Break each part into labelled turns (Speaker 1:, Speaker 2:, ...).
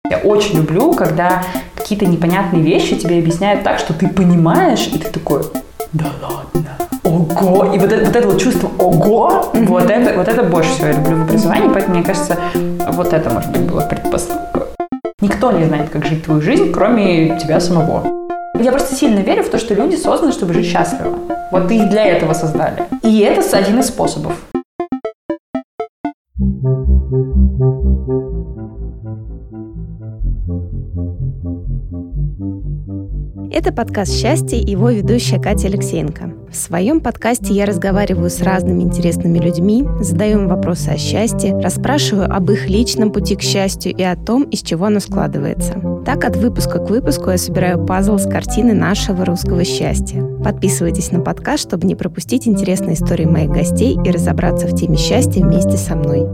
Speaker 1: Я очень люблю, когда какие-то непонятные вещи тебе объясняют так, что ты понимаешь, и ты такой, да ладно, ого. И вот это вот чувство ого, вот это больше всего я люблю в образовании, поэтому, мне кажется, вот это, может быть, было предпосылкой. Никто не знает, как жить твою жизнь, кроме тебя самого. Я просто сильно верю в то, что люди созданы, чтобы жить счастливо. Вот их для этого создали. И это один из способов.
Speaker 2: Это подкаст «Счастье», его ведущая Катя Алексеенко. В своем подкасте я разговариваю с разными интересными людьми, задаю им вопросы о счастье, расспрашиваю об их личном пути к счастью и о том, из чего оно складывается. Так, от выпуска к выпуску я собираю пазл с картины нашего русского счастья. Подписывайтесь на подкаст, чтобы не пропустить интересные истории моих гостей и разобраться в теме счастья вместе со мной.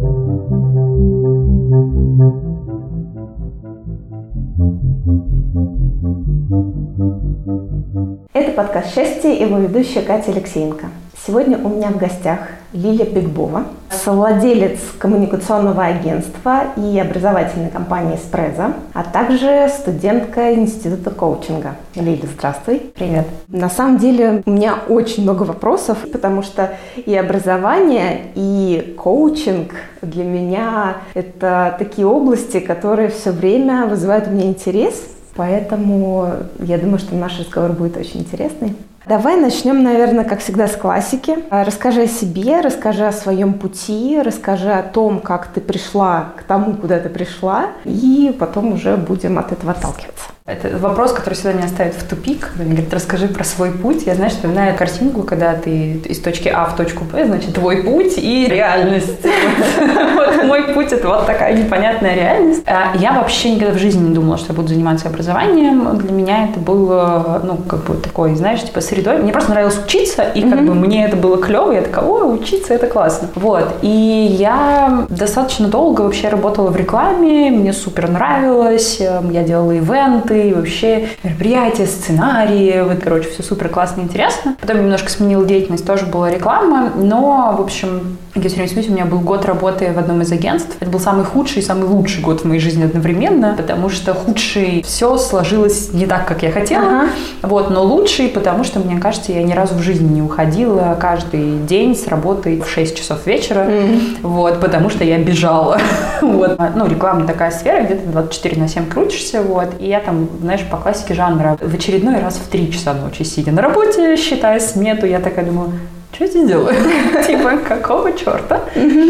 Speaker 2: Это подкаст «Счастье», его ведущая Катя Алексеенко. Сегодня у меня в гостях Лиля Бигбова, совладелец коммуникационного агентства и образовательной компании «Эспрезо», а также студентка Института коучинга. Лиля, здравствуй.
Speaker 1: Привет.
Speaker 2: На самом деле у меня очень много вопросов, потому что и образование, и коучинг для меня – это такие области, которые все время вызывают у меня интерес. Поэтому я думаю, что наш разговор будет очень интересный. Давай начнем, наверное, как всегда, с классики. Расскажи о себе, расскажи о своем пути, расскажи о том, как ты пришла к тому, куда ты пришла, и потом уже будем от этого отталкиваться.
Speaker 1: Это вопрос, который всегда меня ставит в тупик. Когда мне говорят, расскажи про свой путь. Я, знаешь, вспоминаю картинку, когда ты из точки А в точку Б, значит, твой путь и реальность. Вот мой путь – это вот такая непонятная реальность. Я вообще никогда в жизни не думала, что я буду заниматься образованием. Для меня это было, такой, знаешь, средой. Мне просто нравилось учиться, и мне это было клево. Я такая, учиться – это классно. Вот. И я достаточно долго вообще работала в рекламе. Мне супер нравилось. Я делала ивенты, вообще мероприятия, сценарии, все супер классно и интересно. Потом немножко сменила деятельность, тоже была реклама, но, в общем, я все время смеюсь, у меня был год работы в одном из агентств. Это был самый худший и самый лучший год в моей жизни одновременно, потому что худший все сложилось не так, как я хотела, но лучший, потому что, мне кажется, я ни разу в жизни не уходила каждый день с работы в 6 часов вечера, потому что я бежала. Реклама такая сфера, где ты 24/7 крутишься, и я там, знаешь, по классике жанра в очередной раз в 3 часа ночи, сидя на работе, считая смету, я такая думаю, что я здесь делаю? Какого черта?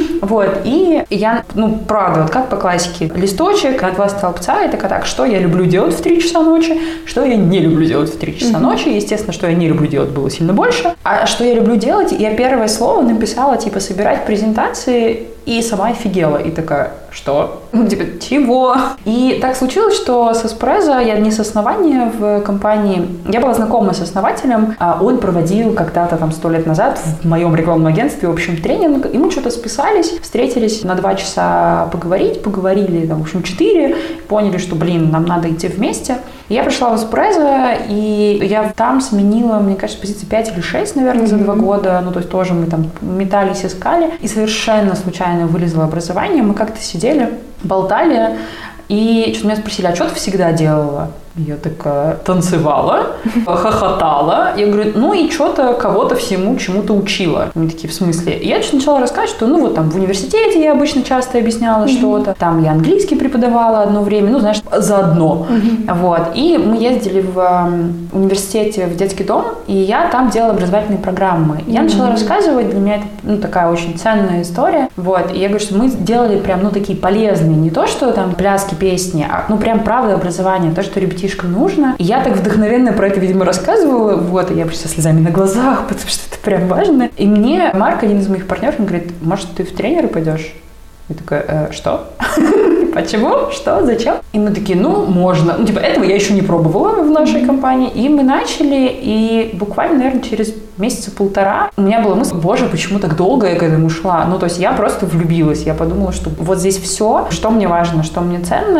Speaker 1: И я, правда, как по классике, листочек на 2 столбца, и такая, что я люблю делать в 3 часа ночи, что я не люблю делать в 3 часа ночи. Естественно, что я не люблю делать было сильно больше. А что я люблю делать, я первое слово написала, собирать презентации, и сама офигела. И такая, что? Чего? И так случилось, что с Эспрезо, я не с основания в компании, я была знакома с основателем, он проводил когда-то 100 лет назад в моем рекламном агентстве, в общем, тренинг, и мы что-то списались, встретились на 2 часа поговорили, 4, поняли, что, нам надо идти вместе. И я пришла в Эспрезо, и я там сменила, мне кажется, позиции 5 или 6, наверное, за 2 года, то есть тоже мы там метались, искали, и совершенно случайно вылезло образование, мы как-то сидели, болтали, и что-то меня спросили, а что ты всегда делала? Я такая танцевала, хохотала. Я говорю, и что-то кого-то всему чему-то учила. Они такие, в смысле? И я начала рассказывать, что, в университете я обычно часто объясняла что-то. Там я английский преподавала одно время, заодно. И мы ездили в университете в детский дом, и я там делала образовательные программы. Я начала рассказывать, для меня это, такая очень ценная история. И я говорю, что мы делали прям, такие полезные, не то, что там пляски, песни, а, прям правда образование, то, что ребятишкам нужно. И я так вдохновенно про это, видимо, рассказывала, и я просто со слезами на глазах, потому что это прям важно. И мне Марк, один из моих партнеров, он говорит, может, ты в тренеры пойдешь? Я такая, что? Почему? Что? Зачем? И мы такие, можно. Этого я еще не пробовала в нашей компании. И мы начали, и буквально, наверное, через месяца 1.5 у меня была мысль, боже, почему так долго я к этому шла? То есть я просто влюбилась. Я подумала, что вот здесь все, что мне важно, что мне ценно.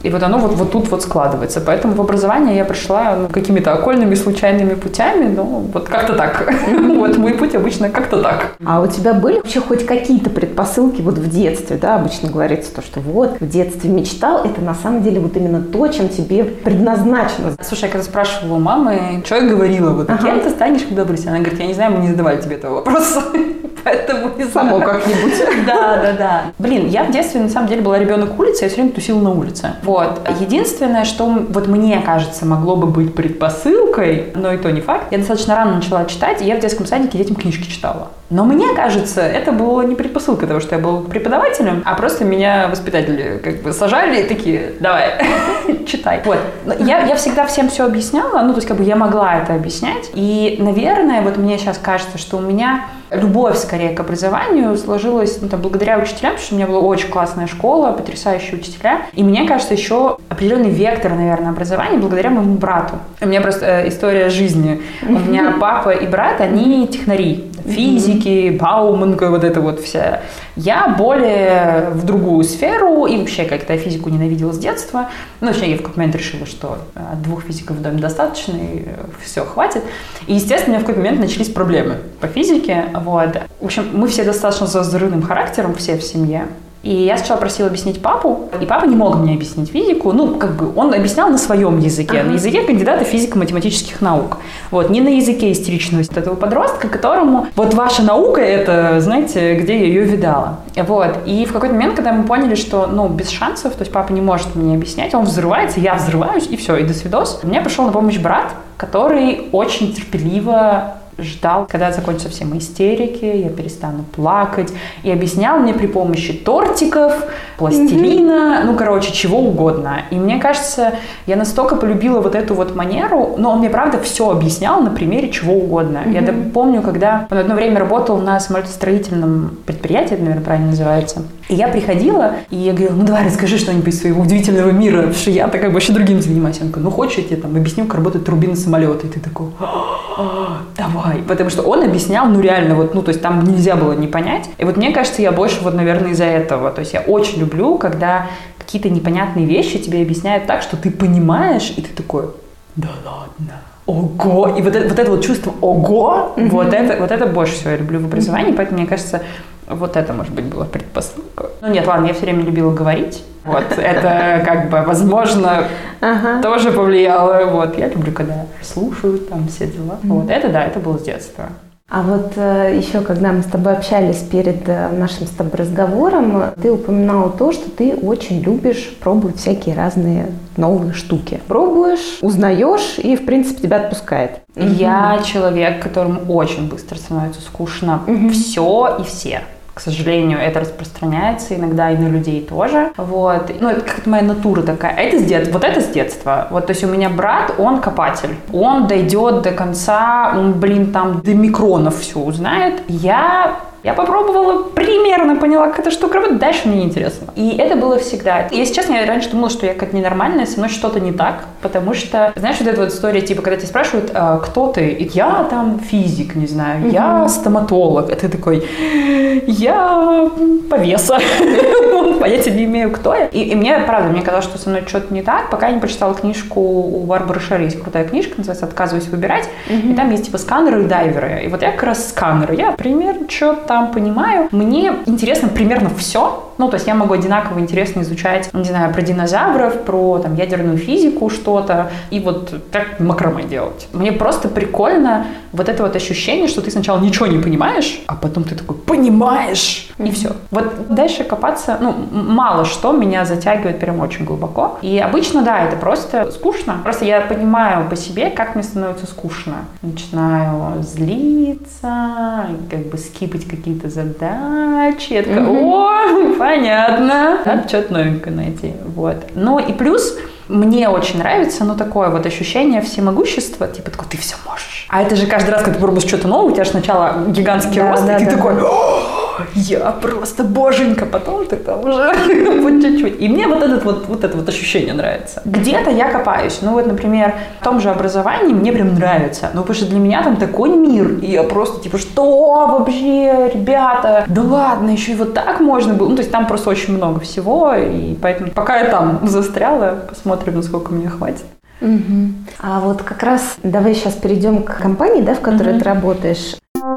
Speaker 1: И вот оно вот тут вот складывается. Поэтому в образование я пришла какими-то окольными, случайными путями, ну, вот как-то так. Вот мой путь обычно как-то так.
Speaker 2: А у тебя были вообще хоть какие-то предпосылки вот в детстве, да? Обычно говорится то, что вот в детстве мечтал, это на самом деле вот именно то, чем тебе предназначено.
Speaker 1: Слушай, я когда спрашивала у мамы, что я говорила, вот кем ты станешь, когда вырастешь? Она говорит, я не знаю, мы не задавали тебе этого вопроса. Поэтому не знаю.
Speaker 2: Само как-нибудь.
Speaker 1: Да. Блин, я в детстве на самом деле была ребенок улицы, я все время тусила на улице. Вот. Единственное, что вот мне кажется, могло бы быть предпосылкой, но и то не факт. Я достаточно рано начала читать, и я в детском садике детям книжки читала. Но мне кажется, это было не предпосылка того, что я была преподавателем, а просто меня воспитатели как бы сажали и такие, давай, читай. Вот. Я всегда всем все объясняла, ну, то есть как бы я могла это объяснять. И, наверное, вот мне сейчас кажется, что у меня любовь скорее к образованию сложилась благодаря учителям, потому что у меня была очень классная школа, потрясающие учителя. И мне кажется, еще определенный вектор, наверное, образования благодаря моему брату. У меня просто история жизни. У меня папа и брат, они технари. Физики, Бауманка, вот это вот вся. Я более в другую сферу и вообще как-то физику ненавидела с детства. Ну, точнее, я в какой-то момент решила, что 2 физиков в доме достаточно, и все, хватит. И, естественно, у меня в какой-то момент начались проблемы по физике. Вот. В общем, мы все достаточно с взрывным характером, все в семье. И я сначала просила объяснить папу, и папа не мог мне объяснить физику. Ну, как бы он объяснял на своем языке, на языке кандидата физико-математических наук. Вот, не на языке истеричного этого подростка, которому вот ваша наука, это, знаете, где я ее видала. Вот, и в какой-то момент, когда мы поняли, что, ну, без шансов, то есть папа не может мне объяснять, он взрывается, я взрываюсь, и все, и до свидос. Мне пришел на помощь брат, который очень терпеливо ждал, когда закончатся все мои истерики, я перестану плакать, и объяснял мне при помощи тортиков, пластилина, ну, короче, чего угодно. И мне кажется, я настолько полюбила вот эту вот манеру, но он мне, правда, все объяснял на примере чего угодно. Я помню, когда он одно время работал на самолетостроительном предприятии, это, наверное, правильно называется, и я приходила, и я говорила, ну, давай, расскажи что-нибудь из своего удивительного мира, потому что я-то как бы вообще другим занимаюсь. Он говорит, ну, хочешь, я тебе там объясню, как работает турбина самолета, и ты такой, давай. Потому что он объяснял, ну, реально, вот, ну, то есть там нельзя было не понять. И вот мне кажется, я больше вот, наверное, из-за этого. То есть я очень люблю, когда какие-то непонятные вещи тебе объясняют так, что ты понимаешь, и ты такой, да ладно, ого. И вот это вот чувство ого, вот это больше всего я люблю в образовании, поэтому, мне кажется, вот это, может быть, была предпосылка. Ну, нет, ладно, я все время любила говорить. Вот, это как бы, возможно, тоже повлияло. Вот, я люблю, когда слушают, там, все дела. Вот, это, да, это было с детства.
Speaker 2: А вот еще, когда мы с тобой общались перед нашим с тобой разговором, ты упоминала то, что ты очень любишь пробовать всякие разные новые штуки. Пробуешь, узнаешь, и, в принципе, тебя отпускает.
Speaker 1: Я человек, которому очень быстро становится скучно все и все. К сожалению, это распространяется иногда и на людей тоже. Вот. Ну, это как-то моя натура такая. Вот это с детства. Вот, то есть у меня брат, он копатель. Он дойдет до конца, он, там до микронов все узнает. Я попробовала, примерно поняла, как эта штука работает, дальше мне неинтересно. И это было всегда. Если честно, я раньше думала, что я как-то ненормальная, со мной что-то не так, потому что, знаешь, вот эта вот история, типа, когда тебя спрашивают, кто ты? И я там физик, не знаю, я стоматолог. А ты такой, я повеса. Понятия не имею, кто я. И мне, правда, мне казалось, что со мной что-то не так, пока я не прочитала книжку у Барбары Шер, есть крутая книжка, называется «Отказываюсь выбирать». И там есть, типа, сканеры и дайверы. И вот я как раз сканер. Я примерно что-то там понимаю. Мне интересно примерно все. Ну, то есть я могу одинаково интересно изучать, не знаю, про динозавров, про там ядерную физику что-то, и вот так макраме делать. Мне просто прикольно вот это вот ощущение, что ты сначала ничего не понимаешь, а потом ты такой понимаешь, и все. Вот дальше копаться, ну, мало что меня затягивает прям очень глубоко. И обычно, да, это просто скучно. Просто я понимаю по себе, как мне становится скучно. Начинаю злиться, как бы скипать какие-то задачи. Я такая, о, понятно. Надо что-то новенькое найти. Вот. Ну и плюс мне очень нравится, ну, такое вот ощущение всемогущества, типа, такой, ты все можешь. А это же каждый раз, когда ты пробуешь что-то новое, у тебя же сначала гигантский рост, и ты такой, я просто боженька, потом ты там уже по чуть-чуть. И мне вот это вот ощущение нравится. Где-то я копаюсь. Ну вот, например, в том же образовании мне прям нравится. Ну потому что для меня там такой мир. И я просто типа, что вообще, ребята? Да ладно, еще и вот так можно было. Ну то есть там просто очень много всего. И поэтому пока я там застряла, посмотрим, насколько мне хватит.
Speaker 2: Угу. А вот как раз давай сейчас перейдем к компании, да, в которой ты работаешь.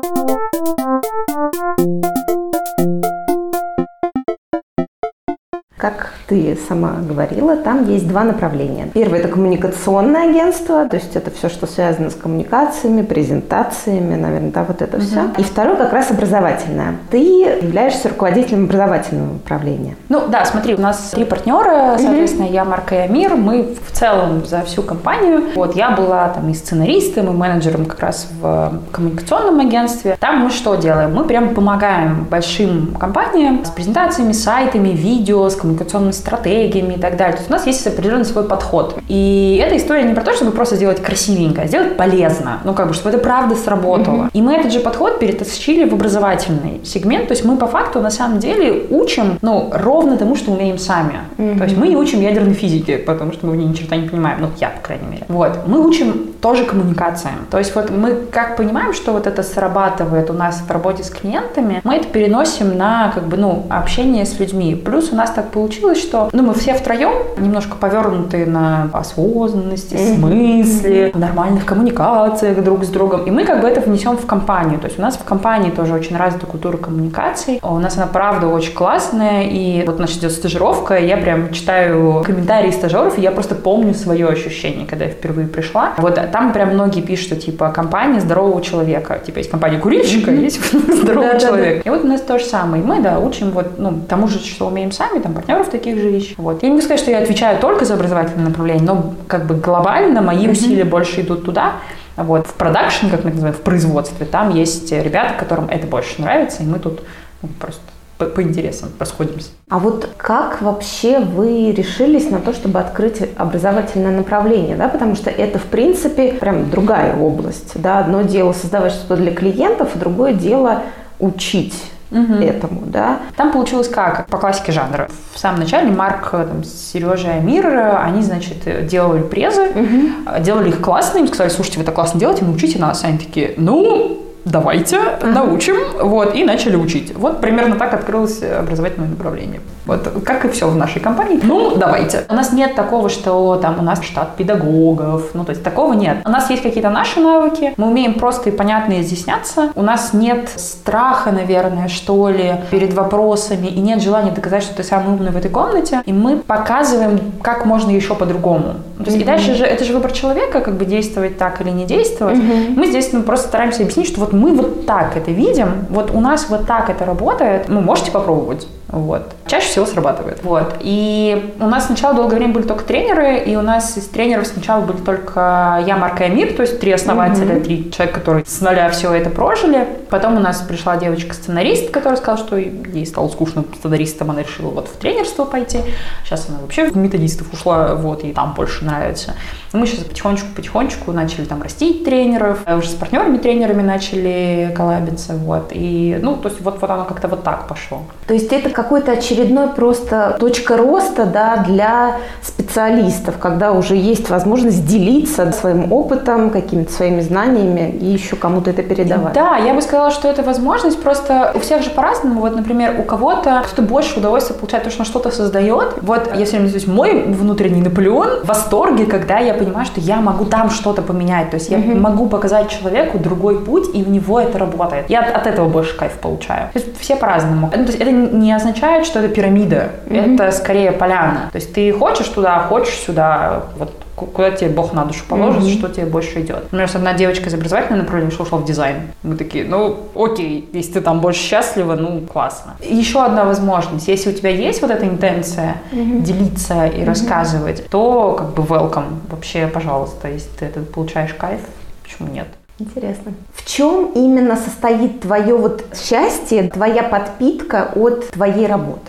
Speaker 2: Как ты сама говорила, там есть два направления. Первое – это коммуникационное агентство, то есть это все, что связано с коммуникациями, презентациями, наверное, да, вот это все. И второе как раз образовательное. Ты являешься руководителем образовательного направления.
Speaker 1: Ну да, смотри, у нас 3 партнера, соответственно, я, Марка и Амир, мы в целом за всю компанию. Вот я была там и сценаристом, и менеджером как раз в коммуникационном агентстве. Там мы что делаем? Мы прям помогаем большим компаниям с презентациями, сайтами, видео, с коммуникационными стратегиями и так далее. То есть у нас есть определенный свой подход. И эта история не про то, чтобы просто сделать красивенько, а сделать полезно. Ну, как бы, чтобы это правда сработало. И мы этот же подход перетащили в образовательный сегмент. То есть мы по факту на самом деле учим, ну, ровно тому, что умеем сами. То есть мы не учим ядерной физике, потому что мы в ней ни черта не понимаем. Ну, я, по крайней мере. Вот. Мы учим тоже коммуникациям. То есть вот мы как понимаем, что вот это срабатывает у нас в работе с клиентами, мы это переносим на, как бы, ну, общение с людьми. Плюс у нас так получилось, что мы все втроем немножко повернуты на осознанности, смысле, нормальных коммуникациях друг с другом. И мы как бы это внесем в компанию. То есть у нас в компании тоже очень развита культура коммуникаций. У нас она правда очень классная. И вот наша идет стажировка, я прям читаю комментарии стажеров, и я просто помню свое ощущение, когда я впервые пришла. Вот там прям многие пишут, что типа компания здорового человека. Типа есть компания курильщика, есть здоровый человек. И вот у нас то же самое. И мы, да, учим вот, ну, тому же, что умеем сами, там, партнеров таких же ищем. Вот. Я не могу сказать, что я отвечаю только за образовательное направление, но как бы глобально мои усилия больше идут туда. Вот. В продакшн, как мы это называем, в производстве, там есть ребята, которым это больше нравится, и мы тут просто по интересам расходимся.
Speaker 2: А вот как вообще вы решились на то, чтобы открыть образовательное направление, да? Потому что это, в принципе, прям другая область, да? Одно дело создавать что-то для клиентов, а другое дело учить этому, да.
Speaker 1: Там получилось как? По классике жанра. В самом начале Марк, там, Сережа и Амир, они, значит, делали презы, делали их классно, им сказали, слушайте, вы это классно делаете, научите нас. Они такие, ну, давайте, научим, вот, и начали учить. Вот примерно так открылось образовательное направление. Вот, как и все в нашей компании. Ну, давайте. У нас нет такого, что там у нас штат педагогов, ну, то есть такого нет. У нас есть какие-то наши навыки, мы умеем просто и понятно изъясняться. У нас нет страха, наверное, что ли, перед вопросами, и нет желания доказать, что ты самый умный в этой комнате, и мы показываем, как можно еще по-другому. То есть, и дальше же, это же выбор человека, как бы действовать так или не действовать. Мы здесь просто стараемся объяснить, что вот мы вот так это видим, вот у нас вот так это работает, ну, можете попробовать. Вот. Чаще всего срабатывает. Вот. И у нас сначала долгое время были только тренеры, и у нас из тренеров сначала были только я, Марк и Амир, то есть 3 основателя, 3 человека, которые с нуля все это прожили. Потом у нас пришла девочка-сценарист, которая сказала, что ей стало скучно сценаристом, она решила вот в тренерство пойти. Сейчас она вообще в методистов ушла, вот, ей там больше нравится. И мы сейчас потихонечку начали там растить тренеров, уже с партнерами-тренерами начали коллабиться, вот. И, ну, то есть вот оно как-то вот так пошло.
Speaker 2: То есть это какой-то очередной просто точка роста, да, для специалистов, когда уже есть возможность делиться своим опытом, какими-то своими знаниями и еще кому-то это передавать.
Speaker 1: Да, я бы сказала, что это возможность, просто у всех же по-разному. Вот, например, у кого-то больше удовольствия получает то, что он что-то создает. Вот я все время здесь мой внутренний Наполеон в восторге, когда я понимаю, что я могу там что-то поменять. То есть я могу показать человеку другой путь, и у него это работает. Я от этого больше кайф получаю. То есть все по-разному. Ну, то есть это не означает, что это пирамида. Это скорее поляна. То есть ты хочешь туда, хочешь сюда. Вот куда тебе Бог на душу положит, что тебе больше идет. Например, одна девочка из образовательного направления ушла в дизайн. Мы такие, ну окей, если ты там больше счастлива, ну классно. Еще одна возможность. Если у тебя есть вот эта интенция делиться и рассказывать, то как бы welcome. Вообще, пожалуйста, если ты это получаешь кайф, почему нет?
Speaker 2: Интересно. В чем именно состоит твое вот счастье, твоя подпитка от твоей работы?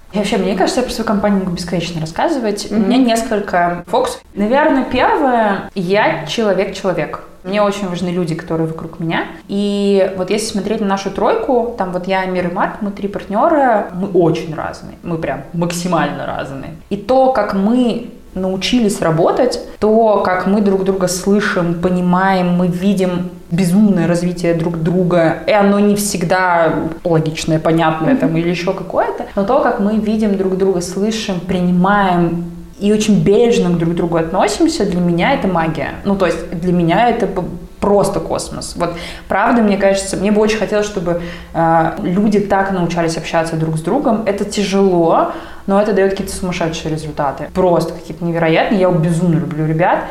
Speaker 1: Мне кажется, я про свою компанию могу бесконечно рассказывать. У меня несколько фокусов. Наверное, первое, я человек-человек. Мне очень важны люди, которые вокруг меня. И вот если смотреть на нашу тройку, там вот я, Мир и Марк, мы 3 партнера, мы очень разные. Мы прям максимально разные. И то, как мы научились работать, то, как мы друг друга слышим, понимаем, мы видим безумное развитие друг друга, и оно не всегда логичное, понятное там, или еще какое-то, но то, как мы видим друг друга, слышим, принимаем и очень бережно друг к другу относимся, для меня это магия. То есть для меня это просто космос. Вот правда, мне кажется, мне бы очень хотелось, чтобы люди так научались общаться друг с другом. Это тяжело, но это дает какие-то сумасшедшие результаты. Просто какие-то невероятные. Я безумно люблю ребят.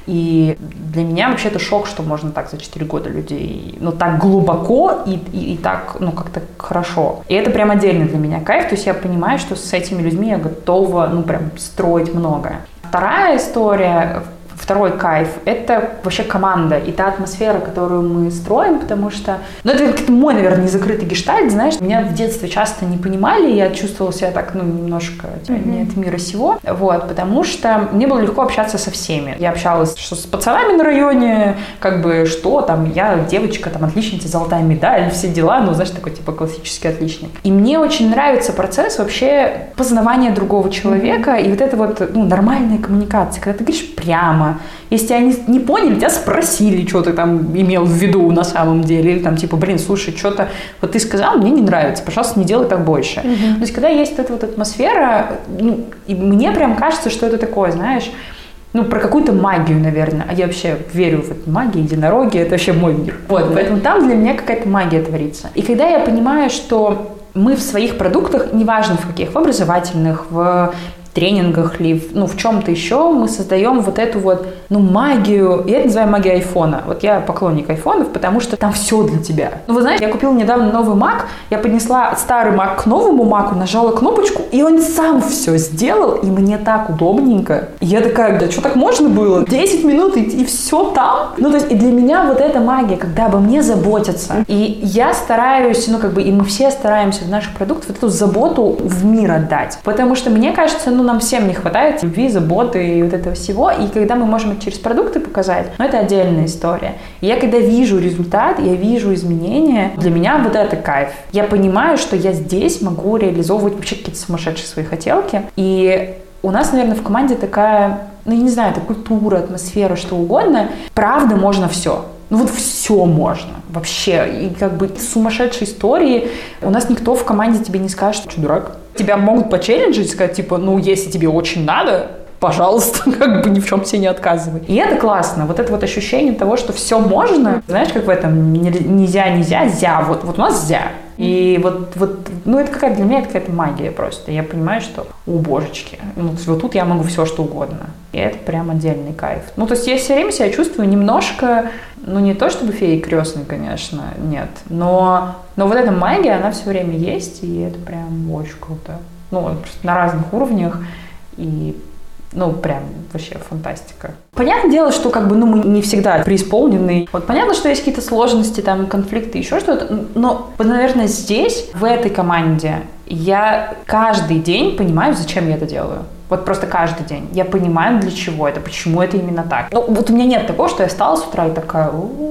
Speaker 1: И для меня вообще это шок, что можно так за 4 года людей, так глубоко и так, как-то хорошо. И это прям отдельно для меня кайф. То есть я понимаю, что с этими людьми я готова, прям строить многое. Вторая история, второй кайф – это вообще команда и та атмосфера, которую мы строим, потому что… это как-то мой, наверное, незакрытый гештальт, знаешь. Меня в детстве часто не понимали, я чувствовала себя так, немножко не от мира сего, потому что мне было легко общаться со всеми. Я общалась что с пацанами на районе, что там, я девочка, там, отличница, золотая медаль, все дела, знаешь, такой, типа, классический отличник. И мне очень нравится процесс вообще познавания другого человека и вот это нормальная коммуникация, когда ты говоришь прямо. Если тебя не поняли, тебя спросили, что ты там имел в виду на самом деле. Или там типа, слушай, что-то вот ты сказал, мне не нравится, пожалуйста, не делай так больше. То есть, когда есть эта атмосфера, и мне прям кажется, что это такое, знаешь, про какую-то магию, наверное. А я вообще верю в эту магию, единороги, это вообще мой мир. Поэтому там для меня какая-то магия творится. И когда я понимаю, что мы в своих продуктах, неважно в каких, в образовательных, в тренингах или в чем-то еще, мы создаем вот эту магию, я это называю магией айфона. Я поклонник айфонов, потому что там все для тебя. Вы знаете, я купила недавно новый Mac, я поднесла старый Mac к новому Mac'у, нажала кнопочку, и он сам все сделал, и мне так удобненько. И я такая, да что так можно было? 10 минут, и все там. То есть, и для меня вот эта магия, когда обо мне заботятся. И я стараюсь, и мы все стараемся в наших продуктах вот эту заботу в мир отдать. Потому что мне кажется, нам всем не хватает любви, заботы и вот этого всего. И когда мы можем это через продукты показать, это отдельная история. И я когда вижу результат, я вижу изменения, для меня вот это кайф. Я понимаю, что я здесь могу реализовывать вообще какие-то сумасшедшие свои хотелки. И у нас, наверное, в команде такая, я не знаю, это культура, атмосфера, что угодно. Правда, можно все. Все можно. Вообще. И сумасшедшие истории. У нас никто в команде тебе не скажет, что дурак. Тебя могут почелленджить, сказать, типа, если тебе очень надо, пожалуйста, ни в чем себе не отказывай. И это классно. Вот это ощущение того, что все можно. Знаешь, как в этом нельзя, зя. Вот у нас зя. И это какая-то для меня это какая-то магия просто. Я понимаю, что, божечки, вот тут я могу все, что угодно. И это прям отдельный кайф. То есть я все время себя чувствую немножко, не то чтобы феей крестной, конечно, нет, но вот эта магия, она все время есть, и это прям очень круто. Просто на разных уровнях, и прям вообще фантастика. Понятное дело, что мы не всегда преисполнены. Понятно, что есть какие-то сложности, там, конфликты, еще что-то, но, наверное, здесь, в этой команде, я каждый день понимаю, зачем я это делаю. Просто каждый день. Я понимаю, для чего это, почему это именно так. У меня нет такого, что я встала с утра и такая...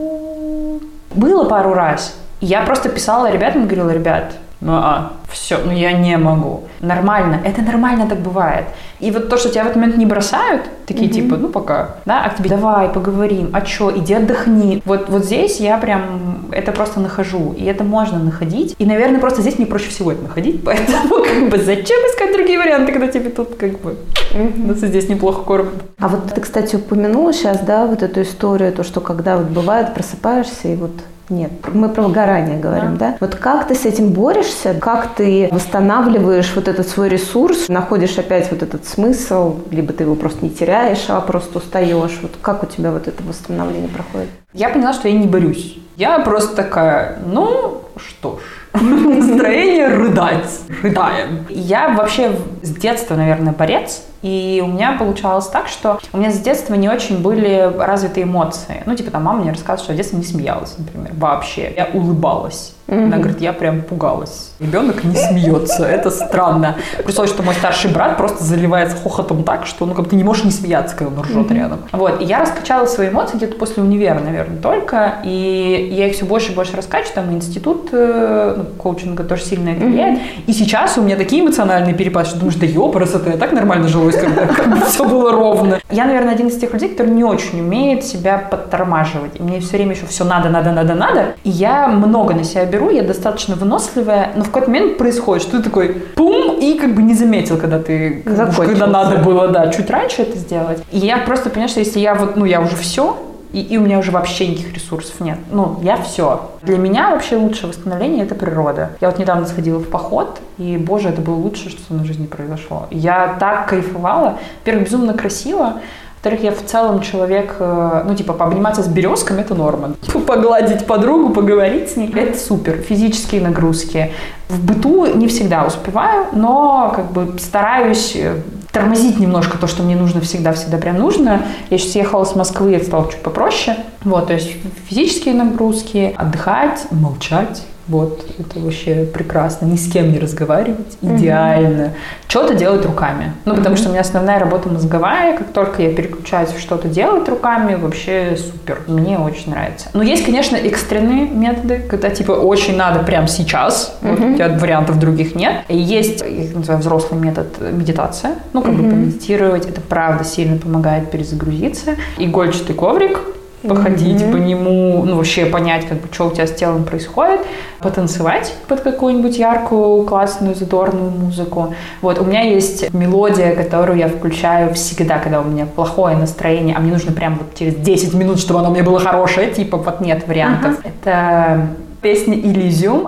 Speaker 1: Было пару раз. Я просто писала ребятам и говорила, ребят, все, я не могу.Нормально, это нормально так бывает. И то, что тебя в этот момент не бросают, такие типа, пока, да, а к тебе давай, поговорим, а что, иди отдохни. Вот здесь я прям это просто нахожу, и это можно находить. И, наверное, просто здесь мне проще всего это находить, поэтому зачем искать другие варианты, когда тебе тут нас здесь неплохо кормят.
Speaker 2: А ты, кстати, упомянула сейчас, да, вот эту историю, то, что когда бывает, просыпаешься и нет, мы про выгорание говорим, да? Как ты с этим борешься? Как ты восстанавливаешь этот свой ресурс? Находишь опять этот смысл? Либо ты его просто не теряешь, а просто устаешь? Как у тебя это восстановление проходит?
Speaker 1: Я поняла, что я не борюсь. Я просто такая, что ж, настроение рыдать. Рыдаем. Я вообще с детства, наверное, борец. И у меня получалось так, что у меня с детства не очень были развиты эмоции. Мама мне рассказывала, что я в детстве не смеялась, например, вообще. Я улыбалась. Она говорит, я прям пугалась. Ребенок не смеется, это странно. Представляю, что мой старший брат просто заливается хохотом так, что ну как ты не можешь не смеяться, когда он ржет рядом. Вот, и я раскачала свои эмоции где-то после универа, наверное, только. И я их все больше и больше раскачиваю. Там институт коучинга тоже сильно это влияет. И сейчас у меня такие эмоциональные перепады, что думаешь, да ёпрст, это я так нормально жилось, когда все было ровно. Я, наверное, один из тех людей, который не очень умеет себя подтормаживать. И мне все время еще все надо. И я много на себя беру, я достаточно выносливая, но в какой-то момент происходит, что ты такой пум, и как бы не заметил, когда ты, когда надо было, да, чуть раньше это сделать. И я просто понимаю, что если я вот, я уже все, и у меня уже вообще никаких ресурсов нет. Я все. Для меня вообще лучшее восстановление – это природа. Я вот недавно сходила в поход, и, боже, это было лучшее, что со мной в жизни произошло. Я так кайфовала. Во-первых, безумно красиво. Во-вторых, я в целом человек, пообниматься с березками – это норма. Погладить подругу, поговорить с ней – это супер. Физические нагрузки. В быту не всегда успеваю, но как бы стараюсь тормозить немножко то, что мне нужно всегда прям нужно. Я сейчас ехала с Москвы, это стало чуть попроще. Вот, то есть физические нагрузки, отдыхать, молчать. Вот, это вообще прекрасно. Ни с кем не разговаривать, идеально. Что-то делать руками. Потому что у меня основная работа мозговая. Как только я переключаюсь в что-то делать руками, вообще супер. Мне очень нравится. Но есть, конечно, экстренные методы, когда типа очень надо прямо сейчас. Вот, у тебя вариантов других нет. И есть, я их называю взрослый метод, медитация. Помедитировать. Это правда сильно помогает перезагрузиться. Игольчатый коврик. Походить по нему, вообще понять, что у тебя с телом происходит, потанцевать под какую-нибудь яркую, классную, задорную музыку. Вот, у меня есть мелодия, которую я включаю всегда, когда у меня плохое настроение, а мне нужно прям вот через 10 минут, чтобы оно у меня было хорошее, типа вот нет вариантов. Это песня «Элизиум».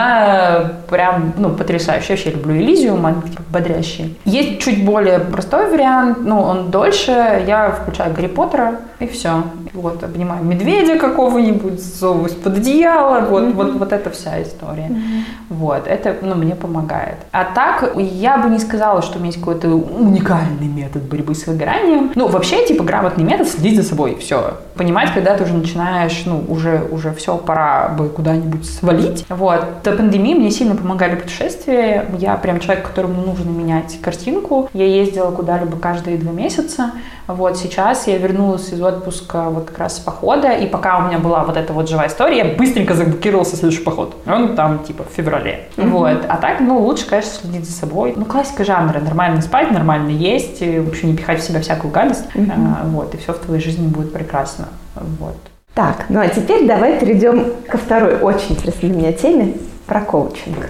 Speaker 1: Она прям, потрясающая. Я вообще люблю «Элизиум», они типа бодрящие. Есть чуть более простой вариант, он дольше. Я включаю «Гарри Поттера» и все. Вот, обнимаю медведя какого-нибудь, совусь под одеяло. Вот это вся история. Вот, это, мне помогает. А так, я бы не сказала, что у меня есть какой-то уникальный метод борьбы с выгоранием. Вообще, грамотный метод — следить за собой, все. Понимать, когда ты уже начинаешь, уже все, пора бы куда-нибудь свалить. Вот. До пандемии мне сильно помогали путешествия. Я прям человек, которому нужно менять картинку. Я ездила куда-либо каждые 2 месяца. Вот сейчас я вернулась из отпуска вот как раз с похода, и пока у меня была вот эта вот живая история, я быстренько заблокировался следующий поход. Он там в феврале. Вот. А так, лучше, конечно, следить за собой. Классика жанра. Нормально спать, нормально есть, в общем, не пихать в себя всякую гадость. Вот. И все в твоей жизни будет прекрасно. Вот.
Speaker 2: Так, а теперь давай перейдем ко второй очень интересной для меня теме про коучинг.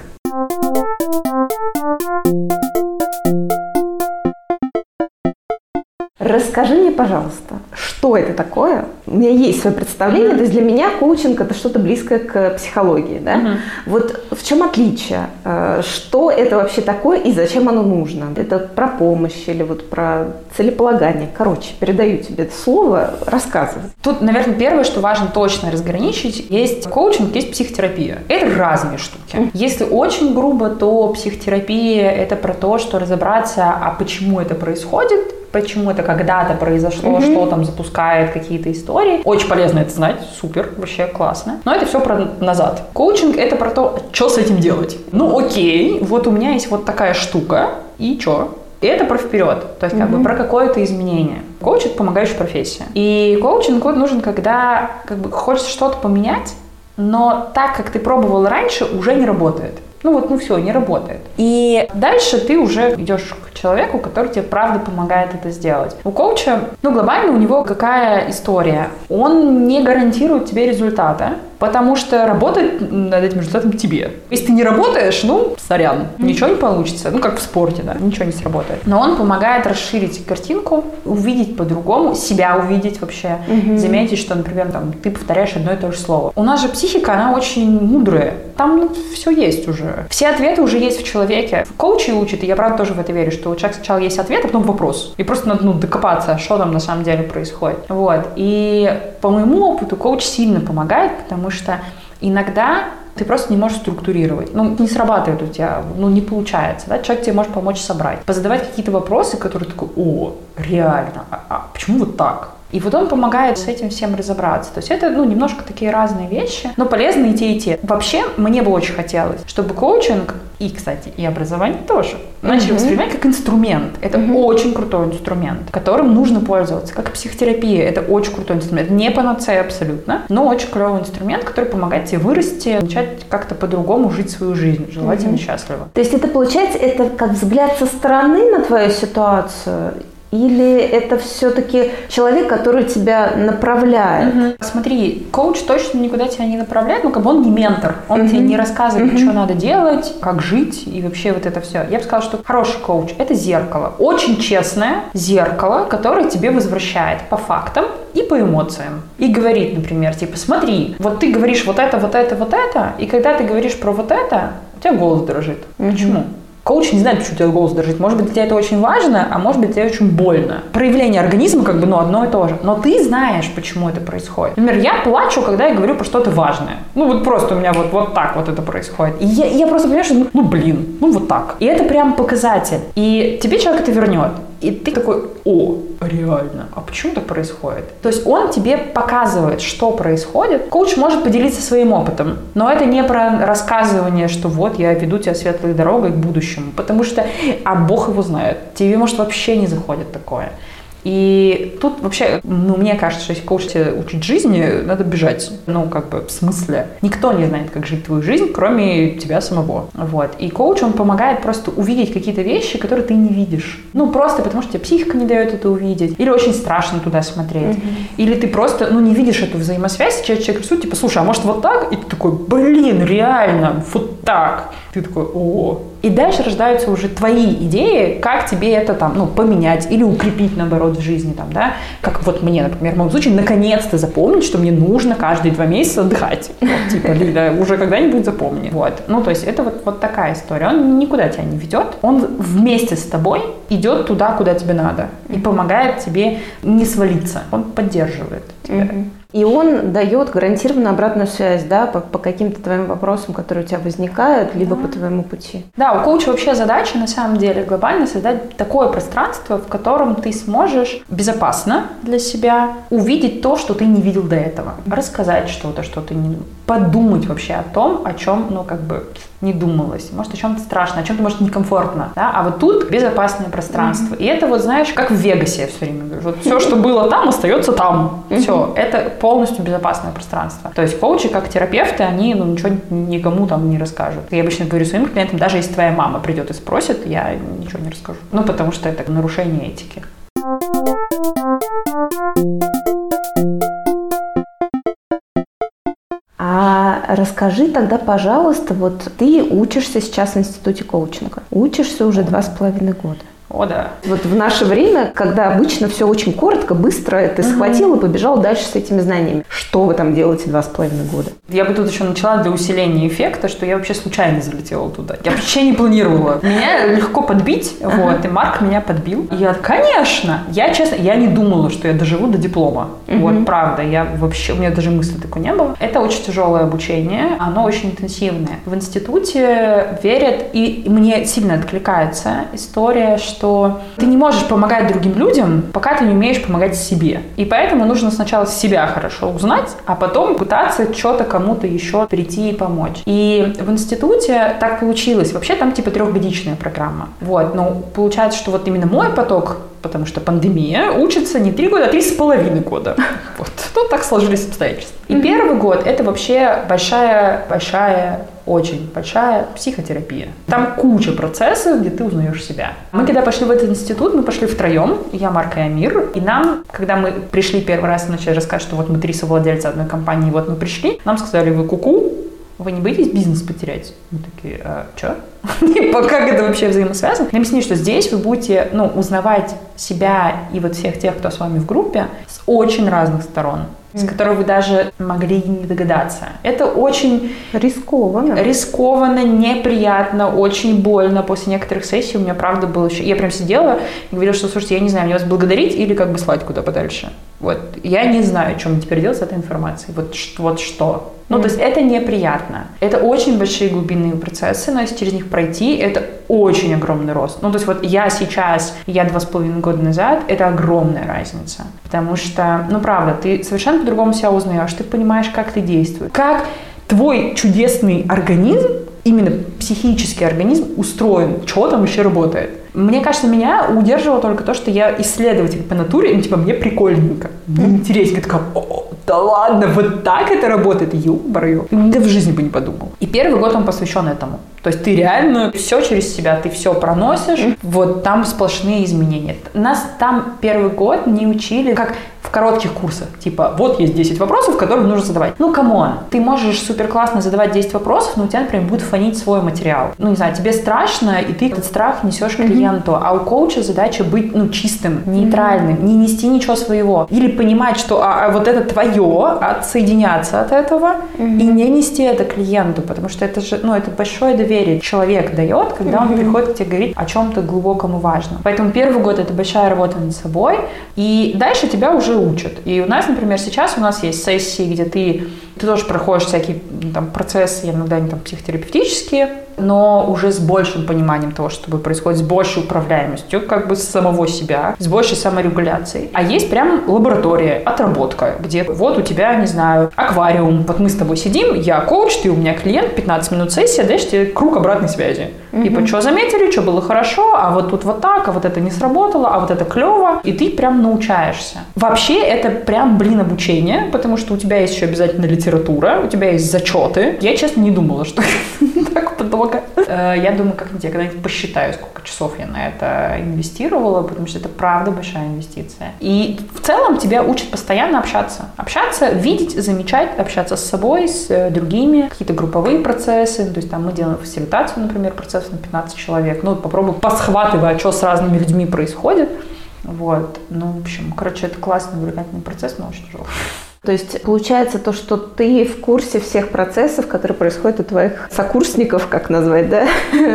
Speaker 2: Расскажи мне, пожалуйста, что это такое? У меня есть свое представление, то есть для меня коучинг – это что-то близкое к психологии, да? Вот в чем отличие? Что это вообще такое и зачем оно нужно? Это про помощь или вот про целеполагание? Короче, передаю тебе это слово, рассказывай.
Speaker 1: Тут, наверное, первое, что важно точно разграничить, есть коучинг, есть психотерапия. Это разные штуки. Если очень грубо, то психотерапия – это про то, что разобраться, а почему это происходит, почему это когда-то произошло, что там запускает какие-то истории. Очень полезно это знать, супер, вообще классно. Но это все про назад. Коучинг — это про то, что с этим делать. Окей, вот у меня есть вот такая штука, и что? И это про вперед, то есть про какое-то изменение. Коучинг — помогающая профессия. И коучинг нужен, когда хочется что-то поменять, но так, как ты пробовал раньше, уже не работает. Все, не работает. И дальше ты уже идешь к человеку, который тебе правда помогает это сделать. У коуча, глобально у него какая история? Он не гарантирует тебе результата, потому что работать над этим результатом тебе. Если ты не работаешь, сорян, ничего не получится. Как в спорте, да, ничего не сработает. Но он помогает расширить картинку, увидеть по-другому, себя увидеть вообще, заметить, что, например, ты повторяешь одно и то же слово. У нас же психика, она очень мудрая. Там все есть уже. Все ответы уже есть в человеке. Коучи учат, и я правда тоже в это верю, что у человека сначала есть ответ, а потом вопрос. И просто надо докопаться, что там на самом деле происходит. Вот. И по моему опыту коуч сильно помогает, потому что иногда ты просто не можешь структурировать. Не срабатывает у тебя, не получается. Да? Человек тебе может помочь собрать. Позадавать какие-то вопросы, которые такой: о, реально, а почему вот так? И вот он помогает с этим всем разобраться. То есть это, немножко такие разные вещи, но полезны и те, и те. Вообще, мне бы очень хотелось, чтобы коучинг и, кстати, и образование тоже начали воспринимать как инструмент. Это очень крутой инструмент, которым нужно пользоваться. Как и психотерапия, это очень крутой инструмент. Не панацея абсолютно, но очень клевый инструмент, который помогает тебе вырасти, начать как-то по-другому жить свою жизнь, желательно счастливо.
Speaker 2: То есть это получается, это как взгляд со стороны на твою ситуацию? Или это все-таки человек, который тебя направляет?
Speaker 1: Смотри, коуч точно никуда тебя не направляет, он не ментор. Он тебе не рассказывает, что надо делать, как жить и вообще вот это все. Я бы сказала, что хороший коуч – это зеркало. Очень честное зеркало, которое тебе возвращает по фактам и по эмоциям. И говорит, например, смотри, вот ты говоришь вот это, и когда ты говоришь про вот это, у тебя голос дрожит. Почему? Коуч не знает, почему у тебя голос дрожит. Может быть, для тебя это очень важно, а может быть, тебе очень больно. Проявление организма одно и то же. Но ты знаешь, почему это происходит. Например, я плачу, когда я говорю про что-то важное. Просто у меня вот так вот это происходит. И я просто понимаю, что вот так. И это прям показатель. И тебе человек это вернет. И ты такой, реально, а почему так происходит? То есть он тебе показывает, что происходит. Коуч может поделиться своим опытом, но это не про рассказывание, что вот я веду тебя светлой дорогой к будущему, потому что, Бог его знает, тебе, может, вообще не заходит такое. И тут вообще, мне кажется, что если коуч тебя учит жизни, надо бежать. В смысле. Никто не знает, как жить твою жизнь, кроме тебя самого. Вот. И коуч, он помогает просто увидеть какие-то вещи, которые ты не видишь. Просто потому, что тебе психика не дает это увидеть. Или очень страшно туда смотреть. Или ты просто, не видишь эту взаимосвязь, человек рисует, слушай, а может вот так? И ты такой, реально, вот так. Ты такой, И дальше рождаются уже твои идеи, как тебе это поменять или укрепить, наоборот, в жизни, Как вот мне, например, в моем случае, наконец-то запомнить, что мне нужно каждые 2 месяца отдыхать. Лиля, уже когда-нибудь запомни. Вот. То есть это вот такая история. Он никуда тебя не ведет. Он вместе с тобой идет туда, куда тебе надо. И помогает тебе не свалиться. Он поддерживает тебя.
Speaker 2: И он дает гарантированно обратную связь, по каким-то твоим вопросам, которые у тебя возникают, либо по твоему пути.
Speaker 1: Да, у коуча вообще задача, на самом деле, глобально создать такое пространство, в котором ты сможешь безопасно для себя увидеть то, что ты не видел до этого. Рассказать что-то, что ты не... Подумать вообще о том, о чем, не думалось. Может, о чем-то страшно, о чем-то, может, некомфортно. Да? А вот тут безопасное пространство. И это знаешь, как в Вегасе я все время говорю. Вот все, что было там, остается там. Все. Это полностью безопасное пространство. То есть коучи, как терапевты, они ничего никому не расскажут. Я обычно говорю своим клиентам, даже если твоя мама придет и спросит, я ничего не расскажу. Потому что это нарушение этики.
Speaker 2: А расскажи тогда, пожалуйста, вот ты учишься сейчас в институте коучинга. Учишься уже 2,5 года.
Speaker 1: О, да.
Speaker 2: Вот в наше время, когда обычно все очень коротко, быстро, ты схватил и побежал дальше с этими знаниями. Что вы там делаете 2,5 года?
Speaker 1: Я бы тут еще начала для усиления эффекта, что я вообще случайно залетела туда. Я вообще не планировала. Меня легко подбить, и Марк меня подбил. И я, конечно, я не думала, что я доживу до диплома. Вот, правда, у меня даже мысли такой не было. Это очень тяжелое обучение, оно очень интенсивное. В институте верят, и мне сильно откликается история, что ты не можешь помогать другим людям, пока ты не умеешь помогать себе. И поэтому нужно сначала себя хорошо узнать, а потом пытаться что-то кому-то еще прийти и помочь. И в институте так получилось. Вообще там 3-годичная программа. Получается, что вот именно мой поток, потому что пандемия, учится не 3 года, а 3,5 года. Так сложились обстоятельства. И первый год это вообще очень большая психотерапия. Там куча процессов, где ты узнаешь себя. Мы когда пошли в этот институт, мы пошли втроем, я, Марк и Амир, и нам, когда мы пришли первый раз и начали рассказывать, что мы 3 совладельца одной компании, мы пришли, нам сказали, вы ку-ку, вы не боитесь бизнес потерять? Мы такие, что? Как это вообще взаимосвязано? Нам объяснили, что здесь вы будете узнавать себя и всех тех, кто с вами в группе, с очень разных сторон, с которой вы даже могли не догадаться. Это очень рискованно, неприятно, очень больно. После некоторых сессий у меня, правда, было еще... Я прям сидела и говорила, что, слушайте, я не знаю, мне вас благодарить или слать куда подальше. Я не знаю, что мне теперь делать с этой информацией. Вот что. То есть это неприятно. Это очень большие глубинные процессы, но если через них пройти, это очень огромный рост. Ну, то есть вот я сейчас, я 2,5 года назад, это огромная разница. Потому что, ну, правда, ты совершенно по-другому себя узнаешь, ты понимаешь, как ты действуешь. Как твой чудесный организм, именно психический организм устроен, что там вообще работает. Мне кажется, меня удерживало только то, что я исследователь по натуре, ну, типа, мне прикольненько, мне интересно, я такая, да ладно, вот так это работает, ёбарю. Да в жизни бы не подумал. И первый год он посвящен этому. То есть ты реально все через себя, ты все проносишь, вот там сплошные изменения. Нас там первый год не учили, как в коротких курсах, типа, вот есть 10 вопросов, которые нужно задавать. Ну, камон, ты можешь супер классно задавать 10 вопросов, но у тебя, например, будет фонить свой материал. Ну, не знаю, тебе страшно, и ты этот страх несешь клиенту, а у коуча задача быть, ну, чистым, нейтральным, не нести ничего своего. Или понимать, что вот это твое, отсоединяться от этого и не нести это клиенту, потому что это же, ну, это большое доверие человек дает, когда он приходит к тебе говорить о чем-то глубоком и важном. Поэтому первый год это большая работа над собой, и дальше тебя уже учат. И у нас, например, сейчас у нас есть сессии, где ты тоже проходишь всякие там процессы, иногда они там психотерапевтические, но уже с большим пониманием того, что происходит, с большей управляемостью как бы самого себя, с большей саморегуляцией. А есть прям лаборатория, отработка, где вот у тебя, не знаю, аквариум. Вот мы с тобой сидим, я коуч, ты у меня клиент, 15 минут сессия, дальше тебе круг обратной связи. Типа, что заметили, что было хорошо, а вот тут вот так, а вот это не сработало, а вот это клево. И ты прям научаешься. Вообще это прям, обучение, потому что у тебя есть еще обязательно литература, у тебя есть зачеты. Я, честно, не думала, что так много. Я думаю, как-нибудь я когда-нибудь посчитаю, сколько часов я на это инвестировала, потому что это правда большая инвестиция. И в целом тебя учат постоянно общаться. Общаться, видеть, замечать, общаться с собой, с другими, какие-то групповые процессы. То есть там мы делаем фасилитацию, например, процесс на 15 человек. Ну, попробуй посхватывай, что с разными людьми происходит. Вот. Ну, в общем, короче, это классный, увлекательный процесс, но очень тяжелый.
Speaker 2: То есть получается то, что ты в курсе всех процессов, которые происходят у твоих сокурсников, как назвать, да?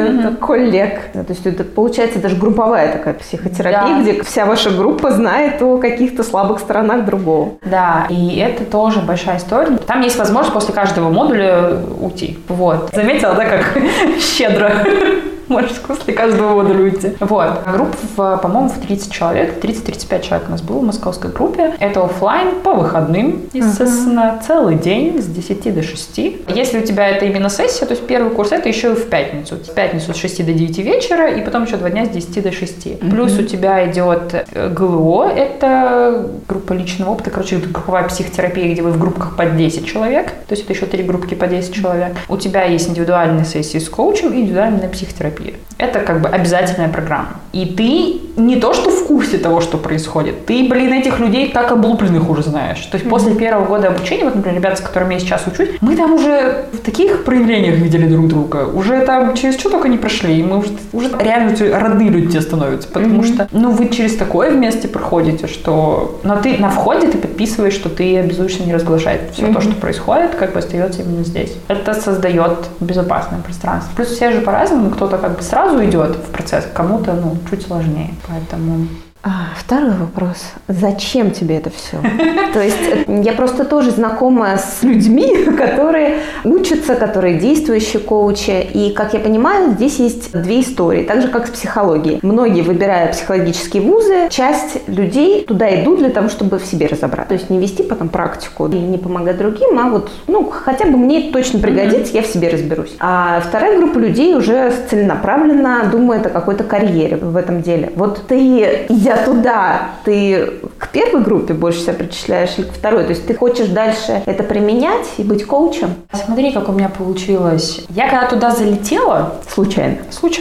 Speaker 2: Коллег. То есть это получается даже групповая такая психотерапия, где вся ваша группа знает о каких-то слабых сторонах другого.
Speaker 1: Да, и это тоже большая история. Там есть возможность после каждого модуля уйти. Вот. Заметила, да, как щедро можешь после каждого модуля уйти. Вот. Группа, по-моему, в 30 человек, 30-35 человек у нас было в московской группе. Это офлайн по выходным, естественно, целый день с 10 до 6. Если у тебя это именно сессия, то есть первый курс, это еще и в пятницу. В пятницу с 6 до 9 вечера, и потом еще 2 дня с 10 до 6. Плюс у тебя идет ГЛО, это группа личного опыта, короче, групповая психотерапия, где вы в группках по 10 человек, то есть это еще 3 группки по 10 человек. У тебя есть индивидуальные сессии с коучем и индивидуальная психотерапия. Это как бы обязательная программа. И ты не то, что в курсе того, что происходит, ты, этих людей как облупленных уже знаешь. То есть после первого года обучения, вот, например, ребята, с которыми я сейчас учусь, мы там уже в таких проявлениях видели друг друга, уже там через что только не прошли, и мы уже реально родные люди тебе становятся, потому что, вы через такое вместе проходите, что... Но ты на входе ты подписываешь, что ты обязуешься не разглашать все то, что происходит, как бы остается именно здесь. Это создает безопасное пространство. Плюс все же по-разному, кто-то как бы сразу идет в процесс, кому-то, чуть сложнее, поэтому...
Speaker 2: Второй вопрос. Зачем тебе это все? То есть я просто тоже знакома с людьми, которые учатся, которые действующие коучи. И, как я понимаю, здесь есть две истории, так же, как с психологией. Многие, выбирая психологические вузы, часть людей туда идут для того, чтобы в себе разобраться. То есть не вести потом практику и не помогать другим, а вот, хотя бы мне это точно пригодится, я в себе разберусь. А вторая группа людей уже целенаправленно думает о какой-то карьере в этом деле. Вот ты, идя туда, ты к первой группе больше себя причисляешь или к второй? То есть ты хочешь дальше это применять и быть коучем?
Speaker 1: Смотри, как у меня получилось. Я когда туда залетела...
Speaker 2: Случайно,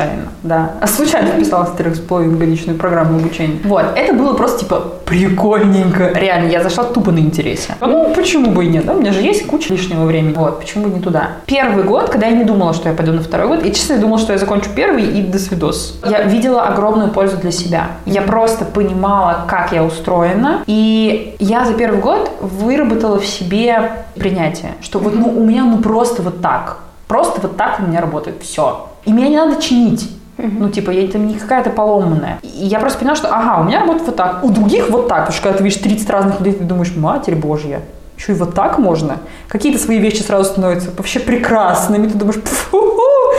Speaker 1: да. Случайно вписалась в 3,5-годичную программу обучения. Вот. Это было просто, прикольненько. Реально, я зашла тупо на интересе. Почему бы и нет? Да? У меня же есть куча лишнего времени. Вот. Почему бы не туда? Первый год, когда я не думала, что я пойду на второй год, я, честно, думала, что я закончу первый и до свидос. Я видела огромную пользу для себя. Я просто понимала, как я устроена. И я за первый год выработала в себе принятие, что у меня просто вот так. Просто вот так у меня работает все. И меня не надо чинить. Я там не какая-то поломанная. И я просто поняла, что у меня работает вот так, у других вот так. Потому что когда ты видишь 30 разных людей, ты думаешь, Матерь Божья, еще и вот так можно? Какие-то свои вещи сразу становятся вообще прекрасными. Ты думаешь,